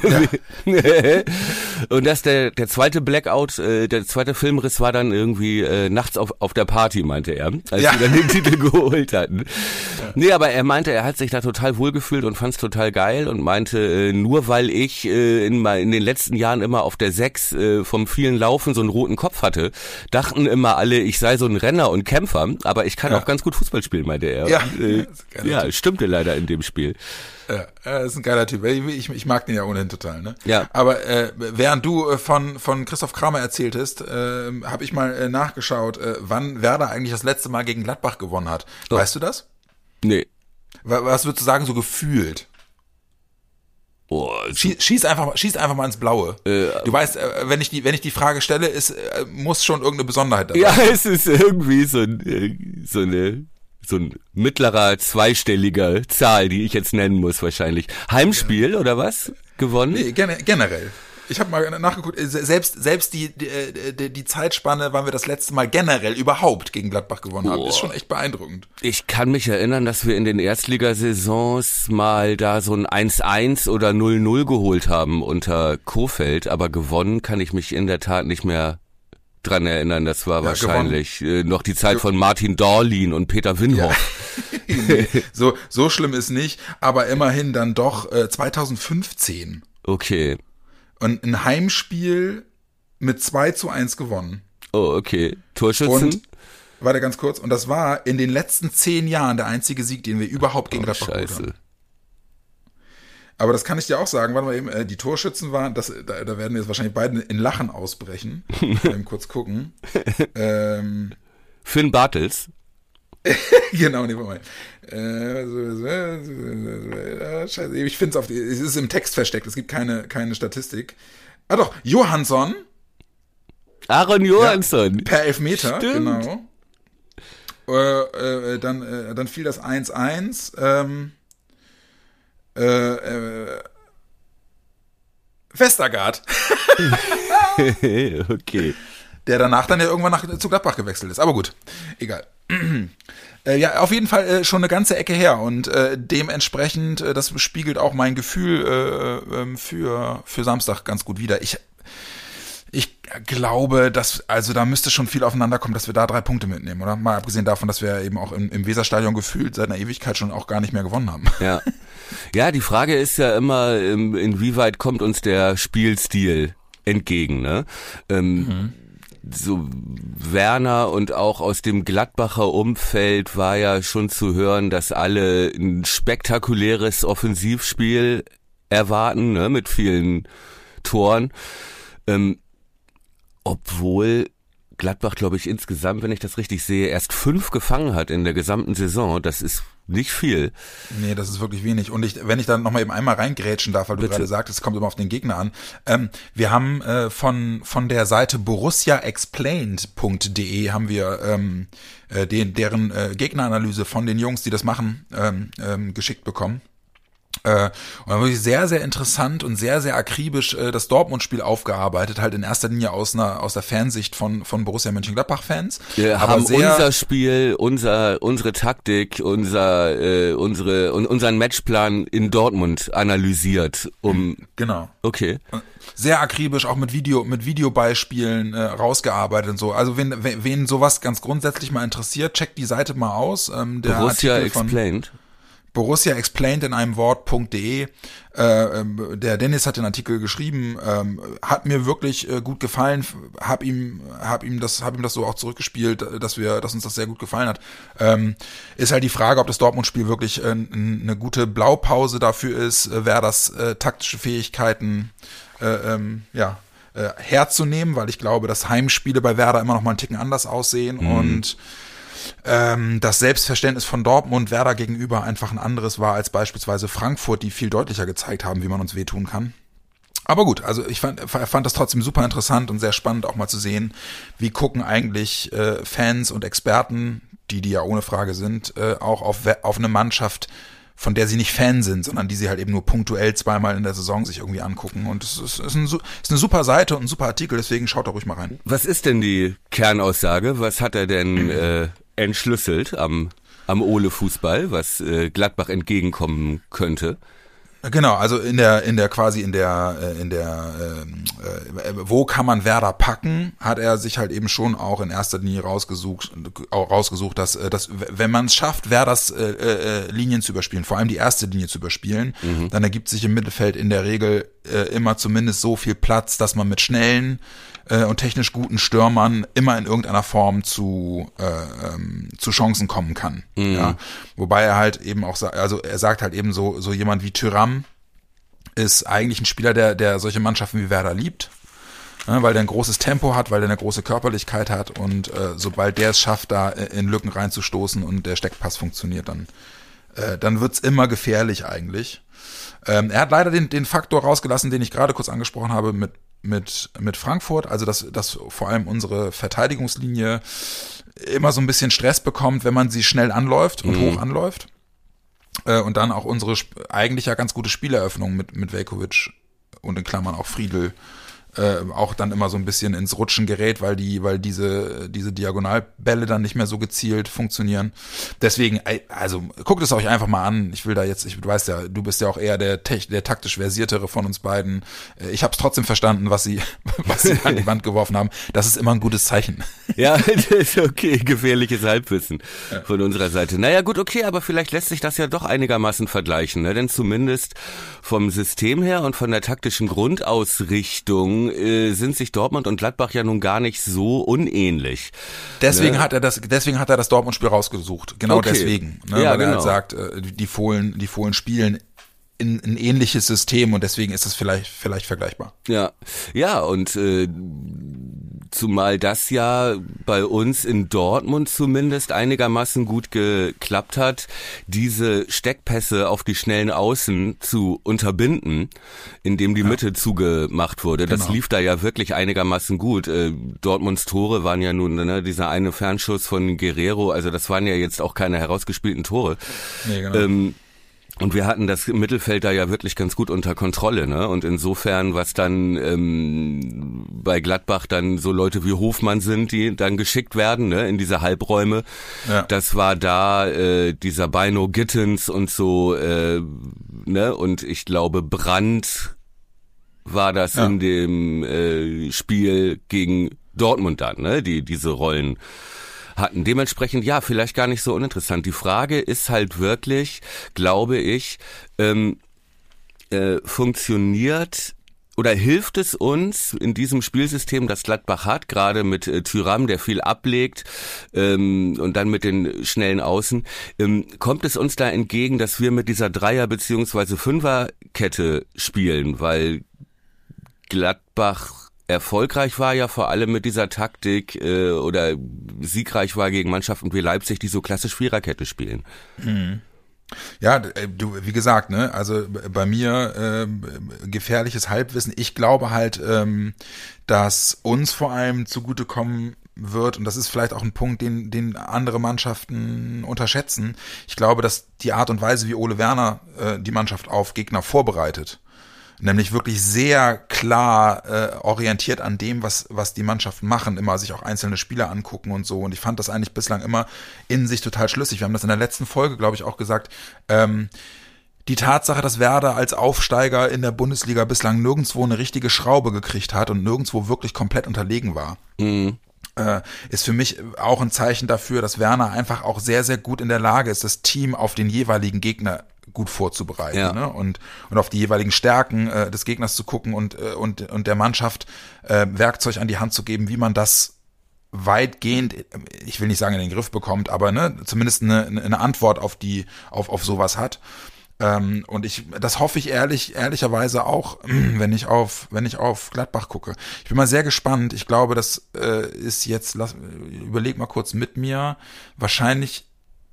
Und dass der der zweite Blackout, äh, der zweite Filmriss war dann irgendwie äh, nachts auf auf der Party, meinte er, als Ja. sie dann den Titel geholt hatten. Ja. Nee, aber er meinte, er hat sich da total wohlgefühlt und fand es total geil und meinte, äh, nur weil ich äh, in, in den letzten Jahren immer auf der sechs äh, vom vielen Laufen so einen roten Kopf hatte, dachten immer alle, ich sei so ein Renner und Kämpfer, aber ich kann Ja. auch ganz gut Fußball spielen, meinte er. Ja. Und, äh, Ja, das ist ein geiler ja, Typ. stimmte leider in dem Spiel. Ja, er ist ein geiler Typ. Ich, ich mag den ja ohnehin total, ne? Ja. Aber äh, während du äh, von von Christoph Kramer erzähltest, äh, habe ich mal äh, nachgeschaut, äh, wann Werder eigentlich das letzte Mal gegen Gladbach gewonnen hat. Oh. Weißt du das? Nee. Wa- Was würdest du sagen, so gefühlt? Oh, Schieß, schieß einfach, mal- schieß einfach mal ins Blaue. Äh, du weißt, äh, wenn ich die, wenn ich die Frage stelle, ist äh, muss schon irgendeine Besonderheit dabei. ja, es ist irgendwie so, ein, äh, so eine so ein mittlerer zweistelliger Zahl, die ich jetzt nennen muss wahrscheinlich. Heimspiel ja. oder was? Gewonnen? Nee, gen- generell. Ich habe mal nachgeguckt, äh, selbst selbst die, die die die Zeitspanne, wann wir das letzte Mal generell überhaupt gegen Gladbach gewonnen haben, Boah. ist schon echt beeindruckend. Ich kann mich erinnern, dass wir in den Erstligasaisons mal da so ein eins eins oder null null geholt haben unter Kofeld, aber gewonnen kann ich mich in der Tat nicht mehr dran erinnern. Das war Ja, wahrscheinlich äh, noch die Zeit von Martin Dorlin und Peter Winhoff. Nee, so so schlimm ist nicht, aber immerhin dann doch äh, zwanzig fünfzehn Okay. und ein Heimspiel mit zwei zu eins gewonnen. Oh, okay. Torschützen? Und warte ganz kurz, und das war in den letzten zehn Jahren der einzige Sieg, den wir überhaupt gegen oh, Gladbach geholt Scheiße. haben. Aber das kann ich dir auch sagen, warte mal eben, äh, die Torschützen waren, das, da, da werden jetzt wahrscheinlich beide in Lachen ausbrechen. Mal eben kurz gucken. Ähm, Finn Bartels. Genau, nee, Moment. Äh, so, so, so, so, scheiße, ich finde es auf die, es ist im Text versteckt, es gibt keine, keine Statistik. Ah doch, Johansson. Aaron Johansson. Ja, per Elfmeter, Stimmt. genau. Äh, äh, dann, äh, dann fiel das eins eins. Ähm, äh, äh, Vestergaard. Okay. Der danach dann ja irgendwann nach, zu Gladbach gewechselt ist. Aber gut, egal. äh, ja, auf jeden Fall äh, schon eine ganze Ecke her und äh, dementsprechend, äh, das spiegelt auch mein Gefühl äh, äh, für, für Samstag ganz gut wider. Ich, ich glaube, dass, also da müsste schon viel aufeinander kommen, dass wir da drei Punkte mitnehmen, oder? Mal abgesehen davon, dass wir eben auch im, im Weserstadion gefühlt seit einer Ewigkeit schon auch gar nicht mehr gewonnen haben. Ja. Ja, die Frage ist ja immer, inwieweit kommt uns der Spielstil entgegen, ne? Ähm, mhm. So Werner und auch aus dem Gladbacher Umfeld war ja schon zu hören, dass alle ein spektakuläres Offensivspiel erwarten, ne, mit vielen Toren. Ähm, obwohl Gladbach, glaube ich, insgesamt, wenn ich das richtig sehe, erst fünf gefangen hat in der gesamten Saison. Das ist nicht viel. Nee, das ist wirklich wenig. Und ich, wenn ich dann nochmal eben einmal reingrätschen darf, weil du Bitte. gerade sagtest, es kommt immer auf den Gegner an. Ähm, wir haben äh, von von der Seite borussia explained punkt de haben wir ähm, äh, den, deren äh, Gegneranalyse von den Jungs, die das machen, ähm, ähm, geschickt bekommen. Äh, und dann wirklich sehr, sehr interessant und sehr, sehr akribisch äh, das Dortmund-Spiel aufgearbeitet, halt in erster Linie aus einer aus der Fansicht von von Borussia Mönchengladbach-Fans. Wir aber haben sehr, unser Spiel, unser unsere Taktik, unser äh, unsere und unseren Matchplan in Dortmund analysiert, um genau. Okay. Sehr akribisch, auch mit Video, mit Videobeispielen äh, rausgearbeitet und so. Also wen, wen, wen sowas ganz grundsätzlich mal interessiert, checkt die Seite mal aus. Ähm, der Borussia Artikel von Explained. Borussia Explained in einem Wort.de. Äh, der Dennis hat den Artikel geschrieben, ähm, hat mir wirklich äh, gut gefallen, hab ihm, hab ihm das, hab ihm das so auch zurückgespielt, dass wir, dass uns das sehr gut gefallen hat. Ähm, ist halt die Frage, ob das Dortmund-Spiel wirklich äh, eine gute Blaupause dafür ist, äh, wer das äh, taktische Fähigkeiten, äh, ähm, ja, äh, herzunehmen, weil ich glaube, dass Heimspiele bei Werder immer noch mal einen Ticken anders aussehen mhm. und ähm, das Selbstverständnis von Dortmund Werder gegenüber einfach ein anderes war als beispielsweise Frankfurt, die viel deutlicher gezeigt haben, wie man uns wehtun kann. Aber gut, also ich fand, fand das trotzdem super interessant und sehr spannend auch mal zu sehen, wie gucken eigentlich äh, Fans und Experten, die die ja ohne Frage sind, äh, auch auf, auf eine Mannschaft, von der sie nicht Fan sind, sondern die sie halt eben nur punktuell zweimal in der Saison sich irgendwie angucken. Und es ist, ist, ein, ist eine super Seite und ein super Artikel, deswegen schaut da ruhig mal rein. Was ist denn die Kernaussage? Was hat er denn äh, entschlüsselt am, am Ole-Fußball, was äh, Gladbach entgegenkommen könnte? Genau, also in der in der quasi in der in der äh, wo kann man Werder packen, hat er sich halt eben schon auch in erster Linie rausgesucht auch rausgesucht, dass dass wenn man es schafft, Werders äh, äh, Linien zu überspielen, vor allem die erste Linie zu überspielen, mhm. dann ergibt sich im Mittelfeld in der Regel äh, immer zumindest so viel Platz, dass man mit schnellen äh, und technisch guten Stürmern immer in irgendeiner Form zu äh, ähm, zu Chancen kommen kann. Mhm. Ja, wobei er halt eben auch also er sagt halt eben so so jemand wie Thuram ist eigentlich ein Spieler, der der solche Mannschaften wie Werder liebt, ne, weil der ein großes Tempo hat, weil der eine große Körperlichkeit hat und äh, sobald der es schafft, da in Lücken reinzustoßen und der Steckpass funktioniert, dann äh, dann wird's immer gefährlich eigentlich. Ähm, er hat leider den den Faktor rausgelassen, den ich gerade kurz angesprochen habe mit mit mit Frankfurt, also dass dass vor allem unsere Verteidigungslinie immer so ein bisschen Stress bekommt, wenn man sie schnell anläuft und mhm. hoch anläuft. Und dann auch unsere eigentlich ja ganz gute Spieleröffnung mit mit Veljković und in Klammern auch Friedl äh, auch dann immer so ein bisschen ins Rutschen gerät, weil die weil diese diese Diagonalbälle dann nicht mehr so gezielt funktionieren. Deswegen, also guckt es euch einfach mal an. Ich will da jetzt, ich du weißt ja, du bist ja auch eher der der taktisch versiertere von uns beiden. Ich habe es trotzdem verstanden, was sie was sie an die Wand geworfen haben. Das ist immer ein gutes Zeichen. Ja, das ist okay, gefährliches Halbwissen ja. von unserer Seite. Naja, gut, okay, aber vielleicht lässt sich das ja doch einigermaßen vergleichen, ne? Denn zumindest vom System her und von der taktischen Grundausrichtung äh, sind sich Dortmund und Gladbach ja nun gar nicht so unähnlich. Deswegen ne? hat er das, deswegen hat er das Dortmund-Spiel rausgesucht. Genau okay. deswegen, ne? ja, weil genau. er halt sagt, äh, die Fohlen, die Fohlen spielen in ein ähnliches System und deswegen ist es vielleicht vielleicht vergleichbar. Ja, ja und äh, Zumal das ja bei uns in Dortmund zumindest einigermaßen gut geklappt hat, diese Steckpässe auf die schnellen Außen zu unterbinden, indem die ja. Mitte zugemacht wurde. Das genau. lief da ja wirklich einigermaßen gut. Äh, Dortmunds Tore waren ja nun, ne, dieser eine Fernschuss von Guerrero, also das waren ja jetzt auch keine herausgespielten Tore. Nee, genau. Ähm, Und wir hatten das Mittelfeld da ja wirklich ganz gut unter Kontrolle, ne? Und insofern, was dann ähm, bei Gladbach dann so Leute wie Hofmann sind, die dann geschickt werden, ne, in diese Halbräume, ja. das war da äh, dieser Bino Gittens und so, äh, ne? Und ich glaube Brandt war das ja. in dem äh, Spiel gegen Dortmund dann, ne? Die diese Rollen hatten. Dementsprechend, ja, vielleicht gar nicht so uninteressant. Die Frage ist halt wirklich, glaube ich, ähm, äh, funktioniert oder hilft es uns in diesem Spielsystem, das Gladbach hat, gerade mit äh, Thuram, der viel ablegt ähm, und dann mit den schnellen Außen, ähm, kommt es uns da entgegen, dass wir mit dieser Dreier- bzw. Fünferkette spielen, weil Gladbach erfolgreich war ja vor allem mit dieser Taktik äh, oder siegreich war gegen Mannschaften wie Leipzig, die so klassisch Viererkette spielen. Mhm. Ja, du, wie gesagt, ne, also bei mir äh, gefährliches Halbwissen. Ich glaube halt, ähm, dass uns vor allem zugutekommen wird, und das ist vielleicht auch ein Punkt, den, den andere Mannschaften unterschätzen. Ich glaube, dass die Art und Weise, wie Ole Werner äh, die Mannschaft auf Gegner vorbereitet, nämlich wirklich sehr klar äh, orientiert an dem, was was die Mannschaften machen, immer sich auch einzelne Spieler angucken und so. Und ich fand das eigentlich bislang immer in sich total schlüssig. Wir haben das in der letzten Folge, glaube ich, auch gesagt. Ähm, die Tatsache, dass Werder als Aufsteiger in der Bundesliga bislang nirgendwo eine richtige Schraube gekriegt hat und nirgendwo wirklich komplett unterlegen war, mhm. äh, ist für mich auch ein Zeichen dafür, dass Werner einfach auch sehr, sehr gut in der Lage ist, das Team auf den jeweiligen Gegner gut vorzubereiten, ja. ne? und und auf die jeweiligen Stärken äh, des Gegners zu gucken und äh, und und der Mannschaft äh, Werkzeug an die Hand zu geben, wie man das weitgehend, ich will nicht sagen in den Griff bekommt, aber ne, zumindest eine, eine Antwort auf die auf auf sowas hat. Ähm, und ich, das hoffe ich ehrlich ehrlicherweise auch, wenn ich auf wenn ich auf Gladbach gucke. Ich bin mal sehr gespannt. Ich glaube, das äh, ist jetzt, lass, überleg mal kurz mit mir, wahrscheinlich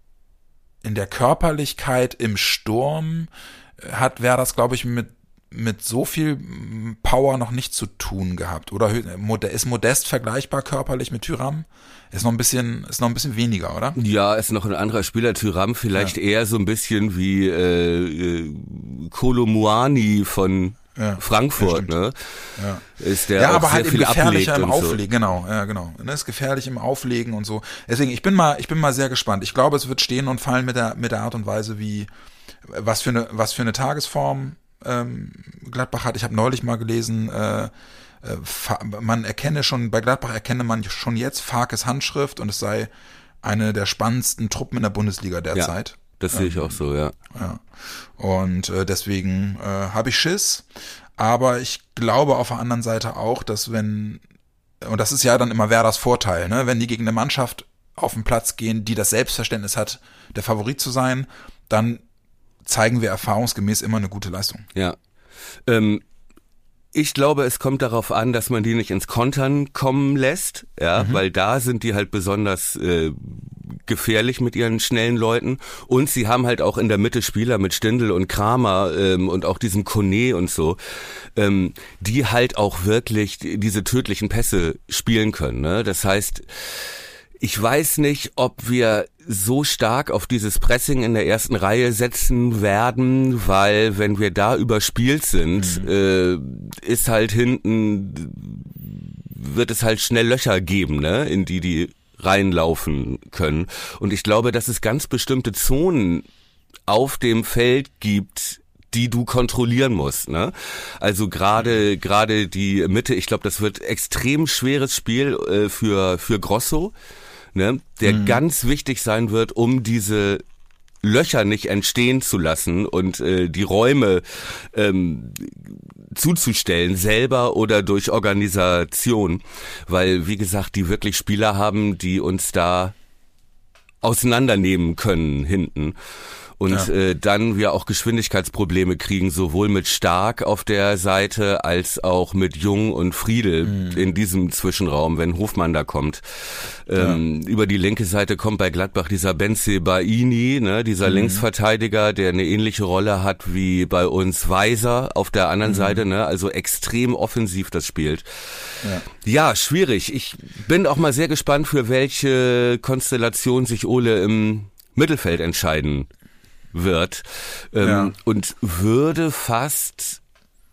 in der Körperlichkeit im Sturm hat wer das, glaube ich, mit mit so viel Power noch nicht zu tun gehabt. Oder ist Modest vergleichbar körperlich mit Thuram? Ist noch ein bisschen, ist noch ein bisschen weniger, oder? Ja, ist noch ein anderer Spieler. Thuram vielleicht ja. eher so ein bisschen wie äh, Kolo Muani von Ja, Frankfurt, ja, ne? Ja, ist der ja auch aber sehr halt viel gefährlicher im so. Auflegen, genau, ja, genau. Ne, ist gefährlich im Auflegen und so. Deswegen, ich bin mal, ich bin mal sehr gespannt. Ich glaube, es wird stehen und fallen mit der, mit der Art und Weise, wie, was für eine, was für eine Tagesform ähm, Gladbach hat. Ich habe neulich mal gelesen, äh, man erkenne schon, bei Gladbach erkenne man schon jetzt Farkes Handschrift und es sei eine der spannendsten Truppen in der Bundesliga derzeit. Ja. Das sehe ich auch so, ja. ja. Und äh, deswegen äh, habe ich Schiss, aber ich glaube auf der anderen Seite auch, dass wenn, und das ist ja dann immer Werders Vorteil, ne, wenn die gegen eine Mannschaft auf den Platz gehen, die das Selbstverständnis hat, der Favorit zu sein, dann zeigen wir erfahrungsgemäß immer eine gute Leistung. Ja. Ähm, Ich glaube, es kommt darauf an, dass man die nicht ins Kontern kommen lässt, ja, mhm. weil da sind die halt besonders äh, gefährlich mit ihren schnellen Leuten und sie haben halt auch in der Mitte Spieler mit Stindl und Kramer ähm, und auch diesem Kone und so, ähm, die halt auch wirklich diese tödlichen Pässe spielen können, ne? Das heißt, ich weiß nicht, ob wir so stark auf dieses Pressing in der ersten Reihe setzen werden, weil wenn wir da überspielt sind, mhm. äh, ist halt hinten, wird es halt schnell Löcher geben, ne, in die die reinlaufen können. Und ich glaube, dass es ganz bestimmte Zonen auf dem Feld gibt, die du kontrollieren musst, ne? Also gerade gerade die Mitte, ich glaube, das wird extrem schweres Spiel äh, für für Grosso. Ne, der mhm. ganz wichtig sein wird, um diese Löcher nicht entstehen zu lassen und äh, die Räume ähm, zuzustellen, selber oder durch Organisation, weil, wie gesagt, die wirklich Spieler haben, die uns da auseinandernehmen können hinten. Und Ja. äh, dann wir auch Geschwindigkeitsprobleme kriegen, sowohl mit Stark auf der Seite als auch mit Jung und Friedel Mhm. in diesem Zwischenraum, wenn Hofmann da kommt. Ähm, ja. Über die linke Seite kommt bei Gladbach dieser Bensebaini, ne, dieser mhm. Linksverteidiger, der eine ähnliche Rolle hat wie bei uns Weiser auf der anderen mhm. Seite, ne, also extrem offensiv das spielt. Ja. ja, schwierig. Ich bin auch mal sehr gespannt, für welche Konstellation sich Ole im Mittelfeld entscheiden wird ähm, ja. und würde fast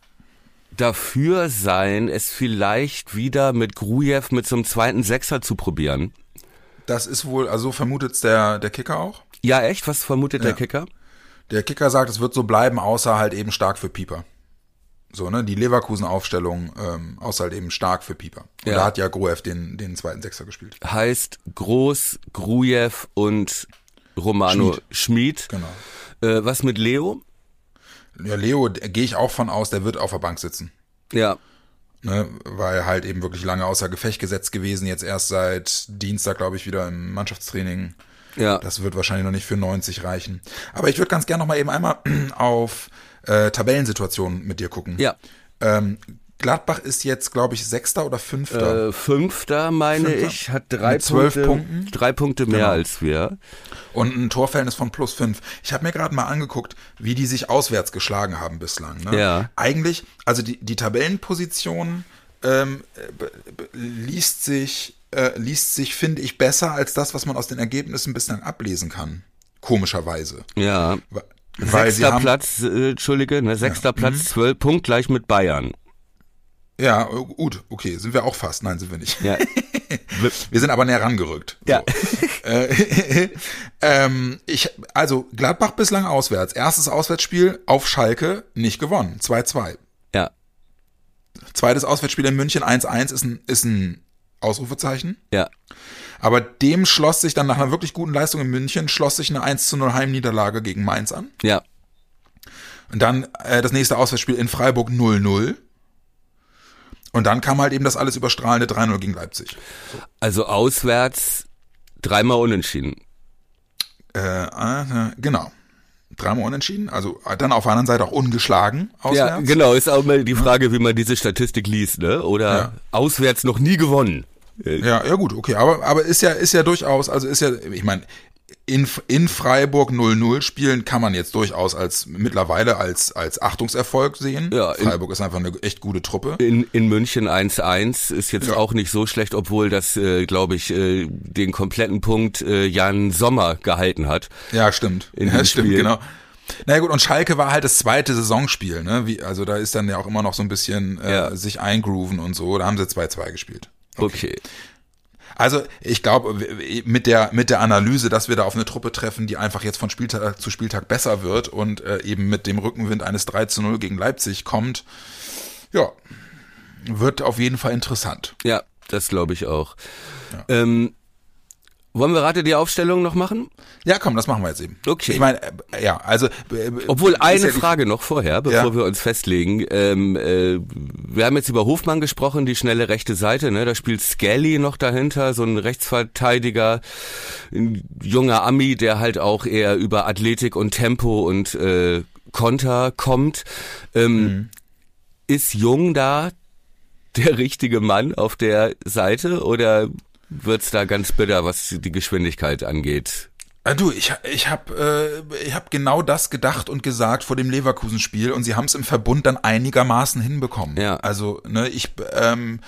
dafür sein, es vielleicht wieder mit Grujew mit so einem zweiten Sechser zu probieren. Das ist wohl, also vermutet's der, der Kicker auch? Ja, echt? Was vermutet ja. der Kicker? Der Kicker sagt, es wird so bleiben, außer halt eben stark für Pieper. So, ne, die Leverkusen-Aufstellung, ähm, außer halt eben stark für Pieper. Und ja. da hat ja Grujew den, den zweiten Sechser gespielt. Heißt Groß, Grujew und Romano Schmid. Schmid. Genau. Äh, was mit Leo? Ja, Leo, gehe ich auch von aus, der wird auf der Bank sitzen. Ja. Ne, war er halt eben wirklich lange außer Gefecht gesetzt gewesen, jetzt erst seit Dienstag, glaube ich, wieder im Mannschaftstraining. Ja. Das wird wahrscheinlich noch nicht für neunzig reichen. Aber ich würde ganz gerne noch mal eben einmal auf äh, Tabellensituationen mit dir gucken. Ja. Ähm, Gladbach ist jetzt, glaube ich, Sechster oder Fünfter? Äh, Fünfter, meine Fünfter. ich, hat drei Mit zwölf Punkte, Punkten. drei Punkte mehr Genau. als wir. Und ein Torverhältnis von plus fünf. Ich habe mir gerade mal angeguckt, wie die sich auswärts geschlagen haben bislang. Ne? Ja. Eigentlich, also die, die Tabellenposition ähm, b- b- liest sich, äh, liest sich, finde ich, besser als das, was man aus den Ergebnissen bislang ablesen kann. Komischerweise. Ja. Weil, weil sie Sechster haben, Platz, äh, Entschuldige, ne, sechster Ja. Platz, Mhm. zwölf, Punkt gleich mit Bayern. Ja, gut, okay, sind wir auch fast. Nein, sind wir nicht. Ja. Wir sind aber näher rangerückt. Ja. So. äh, ähm, ich, also Gladbach bislang auswärts. Erstes Auswärtsspiel auf Schalke, nicht gewonnen. zwei zwei. Ja. Zweites Auswärtsspiel in München, eins eins, ist ein, ist ein Ausrufezeichen. Ja. Aber dem schloss sich dann nach einer wirklich guten Leistung in München, schloss sich eine eins zu null Heimniederlage gegen Mainz an. Ja. Und dann äh, das nächste Auswärtsspiel in Freiburg null null. Und dann kam halt eben das alles überstrahlende drei null gegen Leipzig. Also auswärts dreimal unentschieden. Äh, äh, genau. Dreimal unentschieden, also dann auf der anderen Seite auch ungeschlagen auswärts. Ja, genau, ist auch mal die Frage, wie man diese Statistik liest, ne? Oder Ja. auswärts noch nie gewonnen. Ja, ja gut, okay, aber aber ist ja ist ja durchaus, also ist ja, ich meine, in in Freiburg null null spielen kann man jetzt durchaus als mittlerweile als als Achtungserfolg sehen. Ja, in- Freiburg ist einfach eine echt gute Truppe. In, in München eins eins ist jetzt Ja. auch nicht so schlecht, obwohl das, äh, glaube ich, äh, den kompletten Punkt äh, Jan Sommer gehalten hat. Ja, stimmt. In ja, dem stimmt, Spiel. genau. Na ja, gut, und Schalke war halt das zweite Saisonspiel, ne? Wie, also da ist dann ja auch immer noch so ein bisschen äh, Ja. sich eingrooven und so. Da haben sie zwei zwei gespielt. Okay. Also ich glaube, mit der mit der Analyse, dass wir da auf eine Truppe treffen, die einfach jetzt von Spieltag zu Spieltag besser wird und äh, eben mit dem Rückenwind eines drei zu null gegen Leipzig kommt, ja, wird auf jeden Fall interessant. Ja, das glaube ich auch. Ähm, wollen wir Rate die Aufstellung noch machen? Ja, komm, das machen wir jetzt eben. Okay. Ich meine, äh, ja, also äh, Obwohl ist eine ja die- Frage noch vorher, bevor Ja. wir uns festlegen. Ähm, äh, wir haben jetzt über Hofmann gesprochen, die schnelle rechte Seite. Ne? Da spielt Skelly noch dahinter, so ein Rechtsverteidiger, ein junger Ami, der halt auch eher über Athletik und Tempo und äh, Konter kommt. Ähm, Mhm. Ist Jung da der richtige Mann auf der Seite oder wird's da ganz bitter, was die Geschwindigkeit angeht? Ah, du, ich, ich habe äh, ich hab genau das gedacht und gesagt vor dem Leverkusen-Spiel und sie haben es im Verbund dann einigermaßen hinbekommen. Ja. Also, ne, ich, ähm,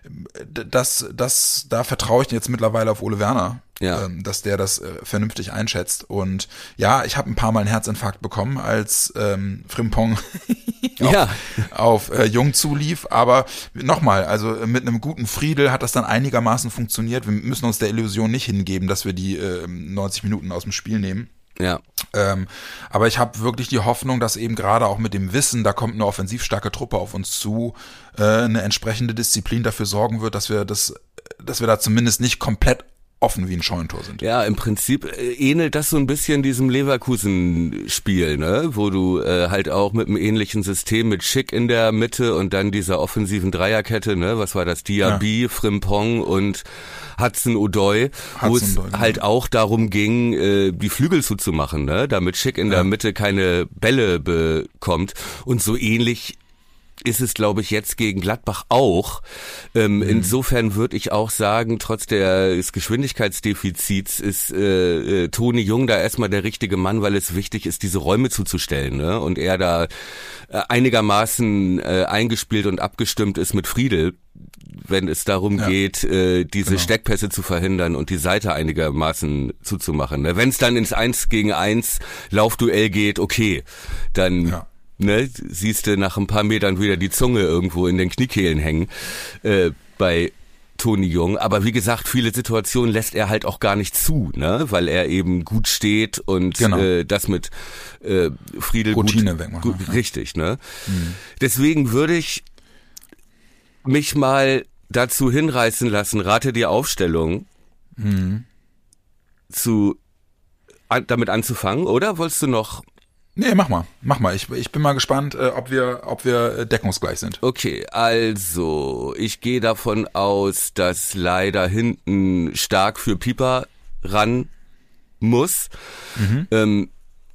das, das, da vertraue ich jetzt mittlerweile auf Ole Werner, Ja. ähm, dass der das äh, vernünftig einschätzt. Und ja, ich habe ein paar Mal einen Herzinfarkt bekommen, als ähm, Frimpong auf, Ja. auf äh, Jung zulief. Aber nochmal, also mit einem guten Friedel hat das dann einigermaßen funktioniert. Wir müssen uns der Illusion nicht hingeben, dass wir die äh, neunzig Minuten aus dem Spiel nehmen. Ja. Ähm, aber ich habe wirklich die Hoffnung, dass eben gerade auch mit dem Wissen, da kommt eine offensiv starke Truppe auf uns zu, äh, eine entsprechende Disziplin dafür sorgen wird, dass wir das, dass wir da zumindest nicht komplett offen wie ein Scheunentor sind. Ja, im Prinzip äh, ähnelt das so ein bisschen diesem Leverkusen-Spiel, ne, wo du äh, halt auch mit einem ähnlichen System mit Schick in der Mitte und dann dieser offensiven Dreierkette, ne, was war das, Diaby, ja. Frimpong und Hudson-Odoi, wo es halt auch darum ging, äh, die Flügel zuzumachen, ne, damit Schick in ja. der Mitte keine Bälle bekommt und so ähnlich ist es, glaube ich, jetzt gegen Gladbach auch. Ähm, mhm. Insofern würde ich auch sagen, trotz des Geschwindigkeitsdefizits ist äh, äh, Toni Jung da erstmal der richtige Mann, weil es wichtig ist, diese Räume zuzustellen, ne? Und er da äh, einigermaßen äh, eingespielt und abgestimmt ist mit Friedel, wenn es darum ja. geht, äh, diese genau. Steckpässe zu verhindern und die Seite einigermaßen zuzumachen. Ne? Wenn es dann ins Eins gegen Eins Laufduell geht, okay, dann... Ja. Ne, siehst du nach ein paar Metern wieder die Zunge irgendwo in den Kniekehlen hängen äh, bei Toni Jung. Aber wie gesagt, viele Situationen lässt er halt auch gar nicht zu, ne, weil er eben gut steht und genau. äh, das mit äh, Friedel Routine gut, wegmachen. gut richtig, ne. Mhm. Deswegen würde ich mich mal dazu hinreißen lassen, rate die Aufstellung mhm. zu an, damit anzufangen, oder wolltest du noch? Nee, mach mal, mach mal. Ich, ich bin mal gespannt, äh, ob wir, ob wir deckungsgleich sind. Okay, also ich gehe davon aus, dass leider hinten Stark für Pieper ran muss. Mhm. Ähm,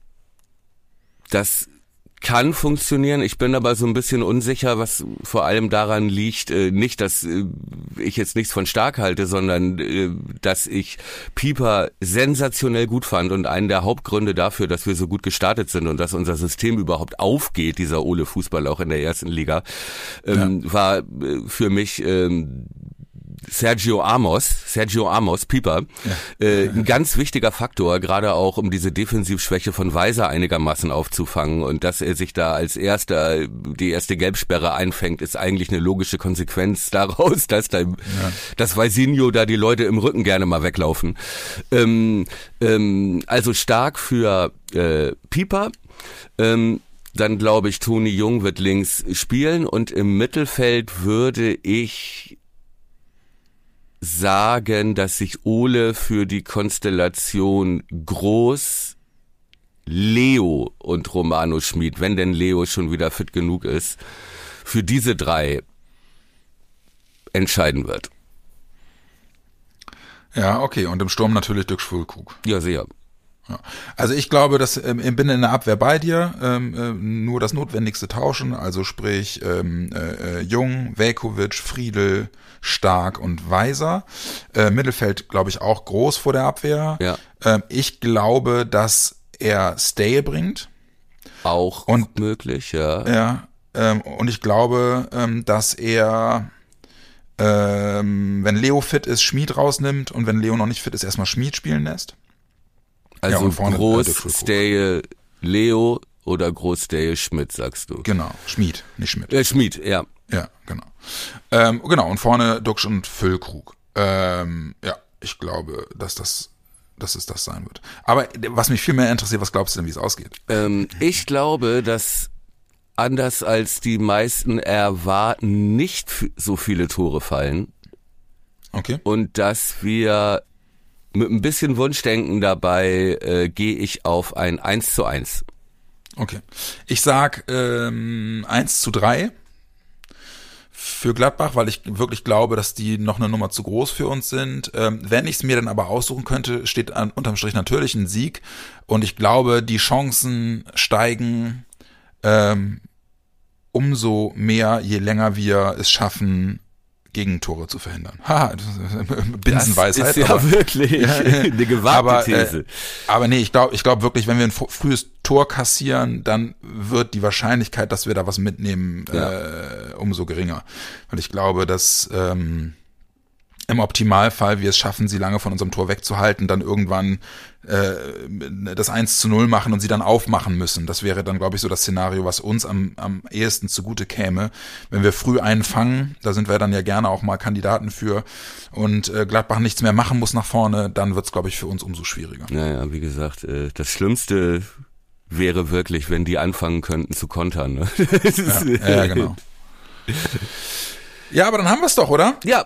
das kann funktionieren. Ich bin aber so ein bisschen unsicher, was vor allem daran liegt, äh, nicht, dass äh, ich jetzt nichts von Stark halte, sondern äh, dass ich Pieper sensationell gut fand und einen der Hauptgründe dafür, dass wir so gut gestartet sind und dass unser System überhaupt aufgeht, dieser Ole-Fußball auch in der ersten Liga, ähm, ja. war äh, für mich ähm, Sergio Amos, Sergio Amos, Pieper, ja. äh, ein ganz wichtiger Faktor, gerade auch um diese Defensivschwäche von Weiser einigermaßen aufzufangen, und dass er sich da als erster die erste Gelbsperre einfängt, ist eigentlich eine logische Konsequenz daraus, dass da, ja. dass Weisinho da die Leute im Rücken gerne mal weglaufen. Ähm, ähm, also Stark für äh, Pieper. Ähm, Dann glaube ich, Toni Jung wird links spielen, und im Mittelfeld würde ich sagen, dass sich Ole für die Konstellation Groß, Leo und Romano Schmid, wenn denn Leo schon wieder fit genug ist, für diese drei entscheiden wird. Ja, okay. Und im Sturm natürlich Dirk Füllkrug. Ja, sehr. Ja. Also ich glaube, dass ähm, ich bin in der Abwehr bei dir, ähm, äh, nur das Notwendigste tauschen, also sprich ähm, äh, Jung, Veljković, Friedel, Stark und Weiser. Äh, Mittelfeld, glaube ich, auch groß vor der Abwehr. Ja. Ähm, ich glaube, dass er Stay bringt. Auch und, möglich, ja. Ja. Ähm, und ich glaube, ähm, dass er, ähm, wenn Leo fit ist, Schmid rausnimmt, und wenn Leo noch nicht fit ist, erstmal Schmid spielen lässt. Also ja, vorne, Groß, äh, Stay, Leo oder Groß, Stay, Schmidt, sagst du. Genau, Schmid, nicht Schmidt. Äh, Schmid, ja. Ja, genau. Ähm, genau, und vorne Duxch und Füllkrug. Ähm, ja, ich glaube, dass das, dass es das sein wird. Aber was mich viel mehr interessiert, was glaubst du denn, wie es ausgeht? Ähm, ich glaube, dass anders als die meisten erwarten, nicht so viele Tore fallen. Okay. Und dass wir mit ein bisschen Wunschdenken dabei äh, gehe ich auf ein eins zu eins. Okay. Ich sag ähm, eins zu drei für Gladbach, weil ich wirklich glaube, dass die noch eine Nummer zu groß für uns sind. Ähm, wenn ich es mir dann aber aussuchen könnte, steht an, unterm Strich natürlich ein Sieg. Und ich glaube, die Chancen steigen ähm, umso mehr, je länger wir es schaffen, Gegentore zu verhindern. Haha, Binsenweisheit. Das ist ja aber, wirklich ja, eine gewagte aber, These. Äh, aber nee, ich glaube ich glaube wirklich, wenn wir ein frühes Tor kassieren, dann wird die Wahrscheinlichkeit, dass wir da was mitnehmen, ja. äh, umso geringer. Weil ich glaube, dass ähm, im Optimalfall wir es schaffen, sie lange von unserem Tor wegzuhalten, dann irgendwann äh, das eins zu null machen und sie dann aufmachen müssen. Das wäre dann, glaube ich, so das Szenario, was uns am, am ehesten zugute käme. Wenn wir früh einen fangen, da sind wir dann ja gerne auch mal Kandidaten für, und äh, Gladbach nichts mehr machen muss nach vorne, dann wird es, glaube ich, für uns umso schwieriger. Naja, wie gesagt, äh, das Schlimmste wäre wirklich, wenn die anfangen könnten zu kontern. Ne? ja, ja, genau. Ja, aber dann haben wir es doch, oder? Ja.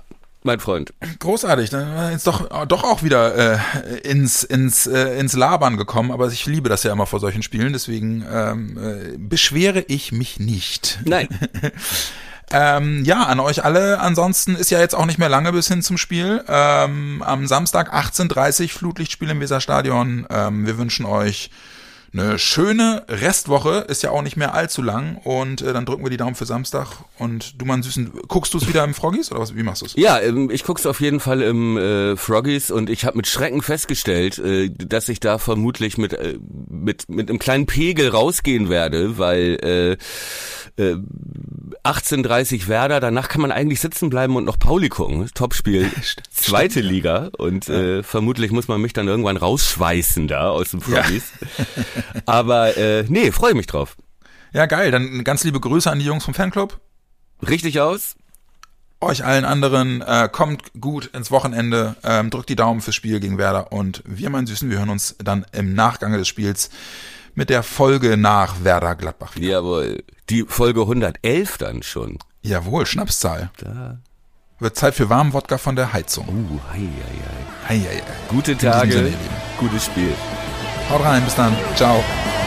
mein Freund. Großartig, dann sind wir jetzt doch, doch auch wieder äh, ins, ins, äh, ins Labern gekommen, aber ich liebe das ja immer vor solchen Spielen, deswegen ähm, äh, beschwere ich mich nicht. Nein. ähm, ja, an euch alle, ansonsten ist ja jetzt auch nicht mehr lange bis hin zum Spiel. Ähm, am Samstag achtzehn Uhr dreißig Flutlichtspiel im Weserstadion. Ähm, wir wünschen euch eine schöne Restwoche, ist ja auch nicht mehr allzu lang und äh, dann drücken wir die Daumen für Samstag und du, mein Süßen, guckst du es wieder im Froggies oder was, wie machst du es? Ja, ähm, ich guck's auf jeden Fall im äh, Froggies und ich habe mit Schrecken festgestellt, äh, dass ich da vermutlich mit äh, mit mit einem kleinen Pegel rausgehen werde, weil äh, äh, achtzehn Uhr dreißig Werder, danach kann man eigentlich sitzen bleiben und noch Pauli gucken, Topspiel, zweite Liga und äh, vermutlich muss man mich dann irgendwann rausschweißen da aus dem Froggies. Ja. Aber äh, nee, freue mich drauf. Ja, geil. Dann ganz liebe Grüße an die Jungs vom Fanclub. Richtig aus. Euch allen anderen, äh, kommt gut ins Wochenende, ähm, drückt die Daumen fürs Spiel gegen Werder und wir, mein Süßen, wir hören uns dann im Nachgang des Spiels mit der Folge nach Werder Gladbach wieder. Jawohl. Die Folge hundertelf dann schon. Jawohl, Schnapszahl. Da. Wird Zeit für warmen Wodka von der Heizung. Uh, hei, hei, hei. Hei, hei, hei. Gute Tage, Sinne, gutes Spiel. Haut rein, bis dann. Ciao.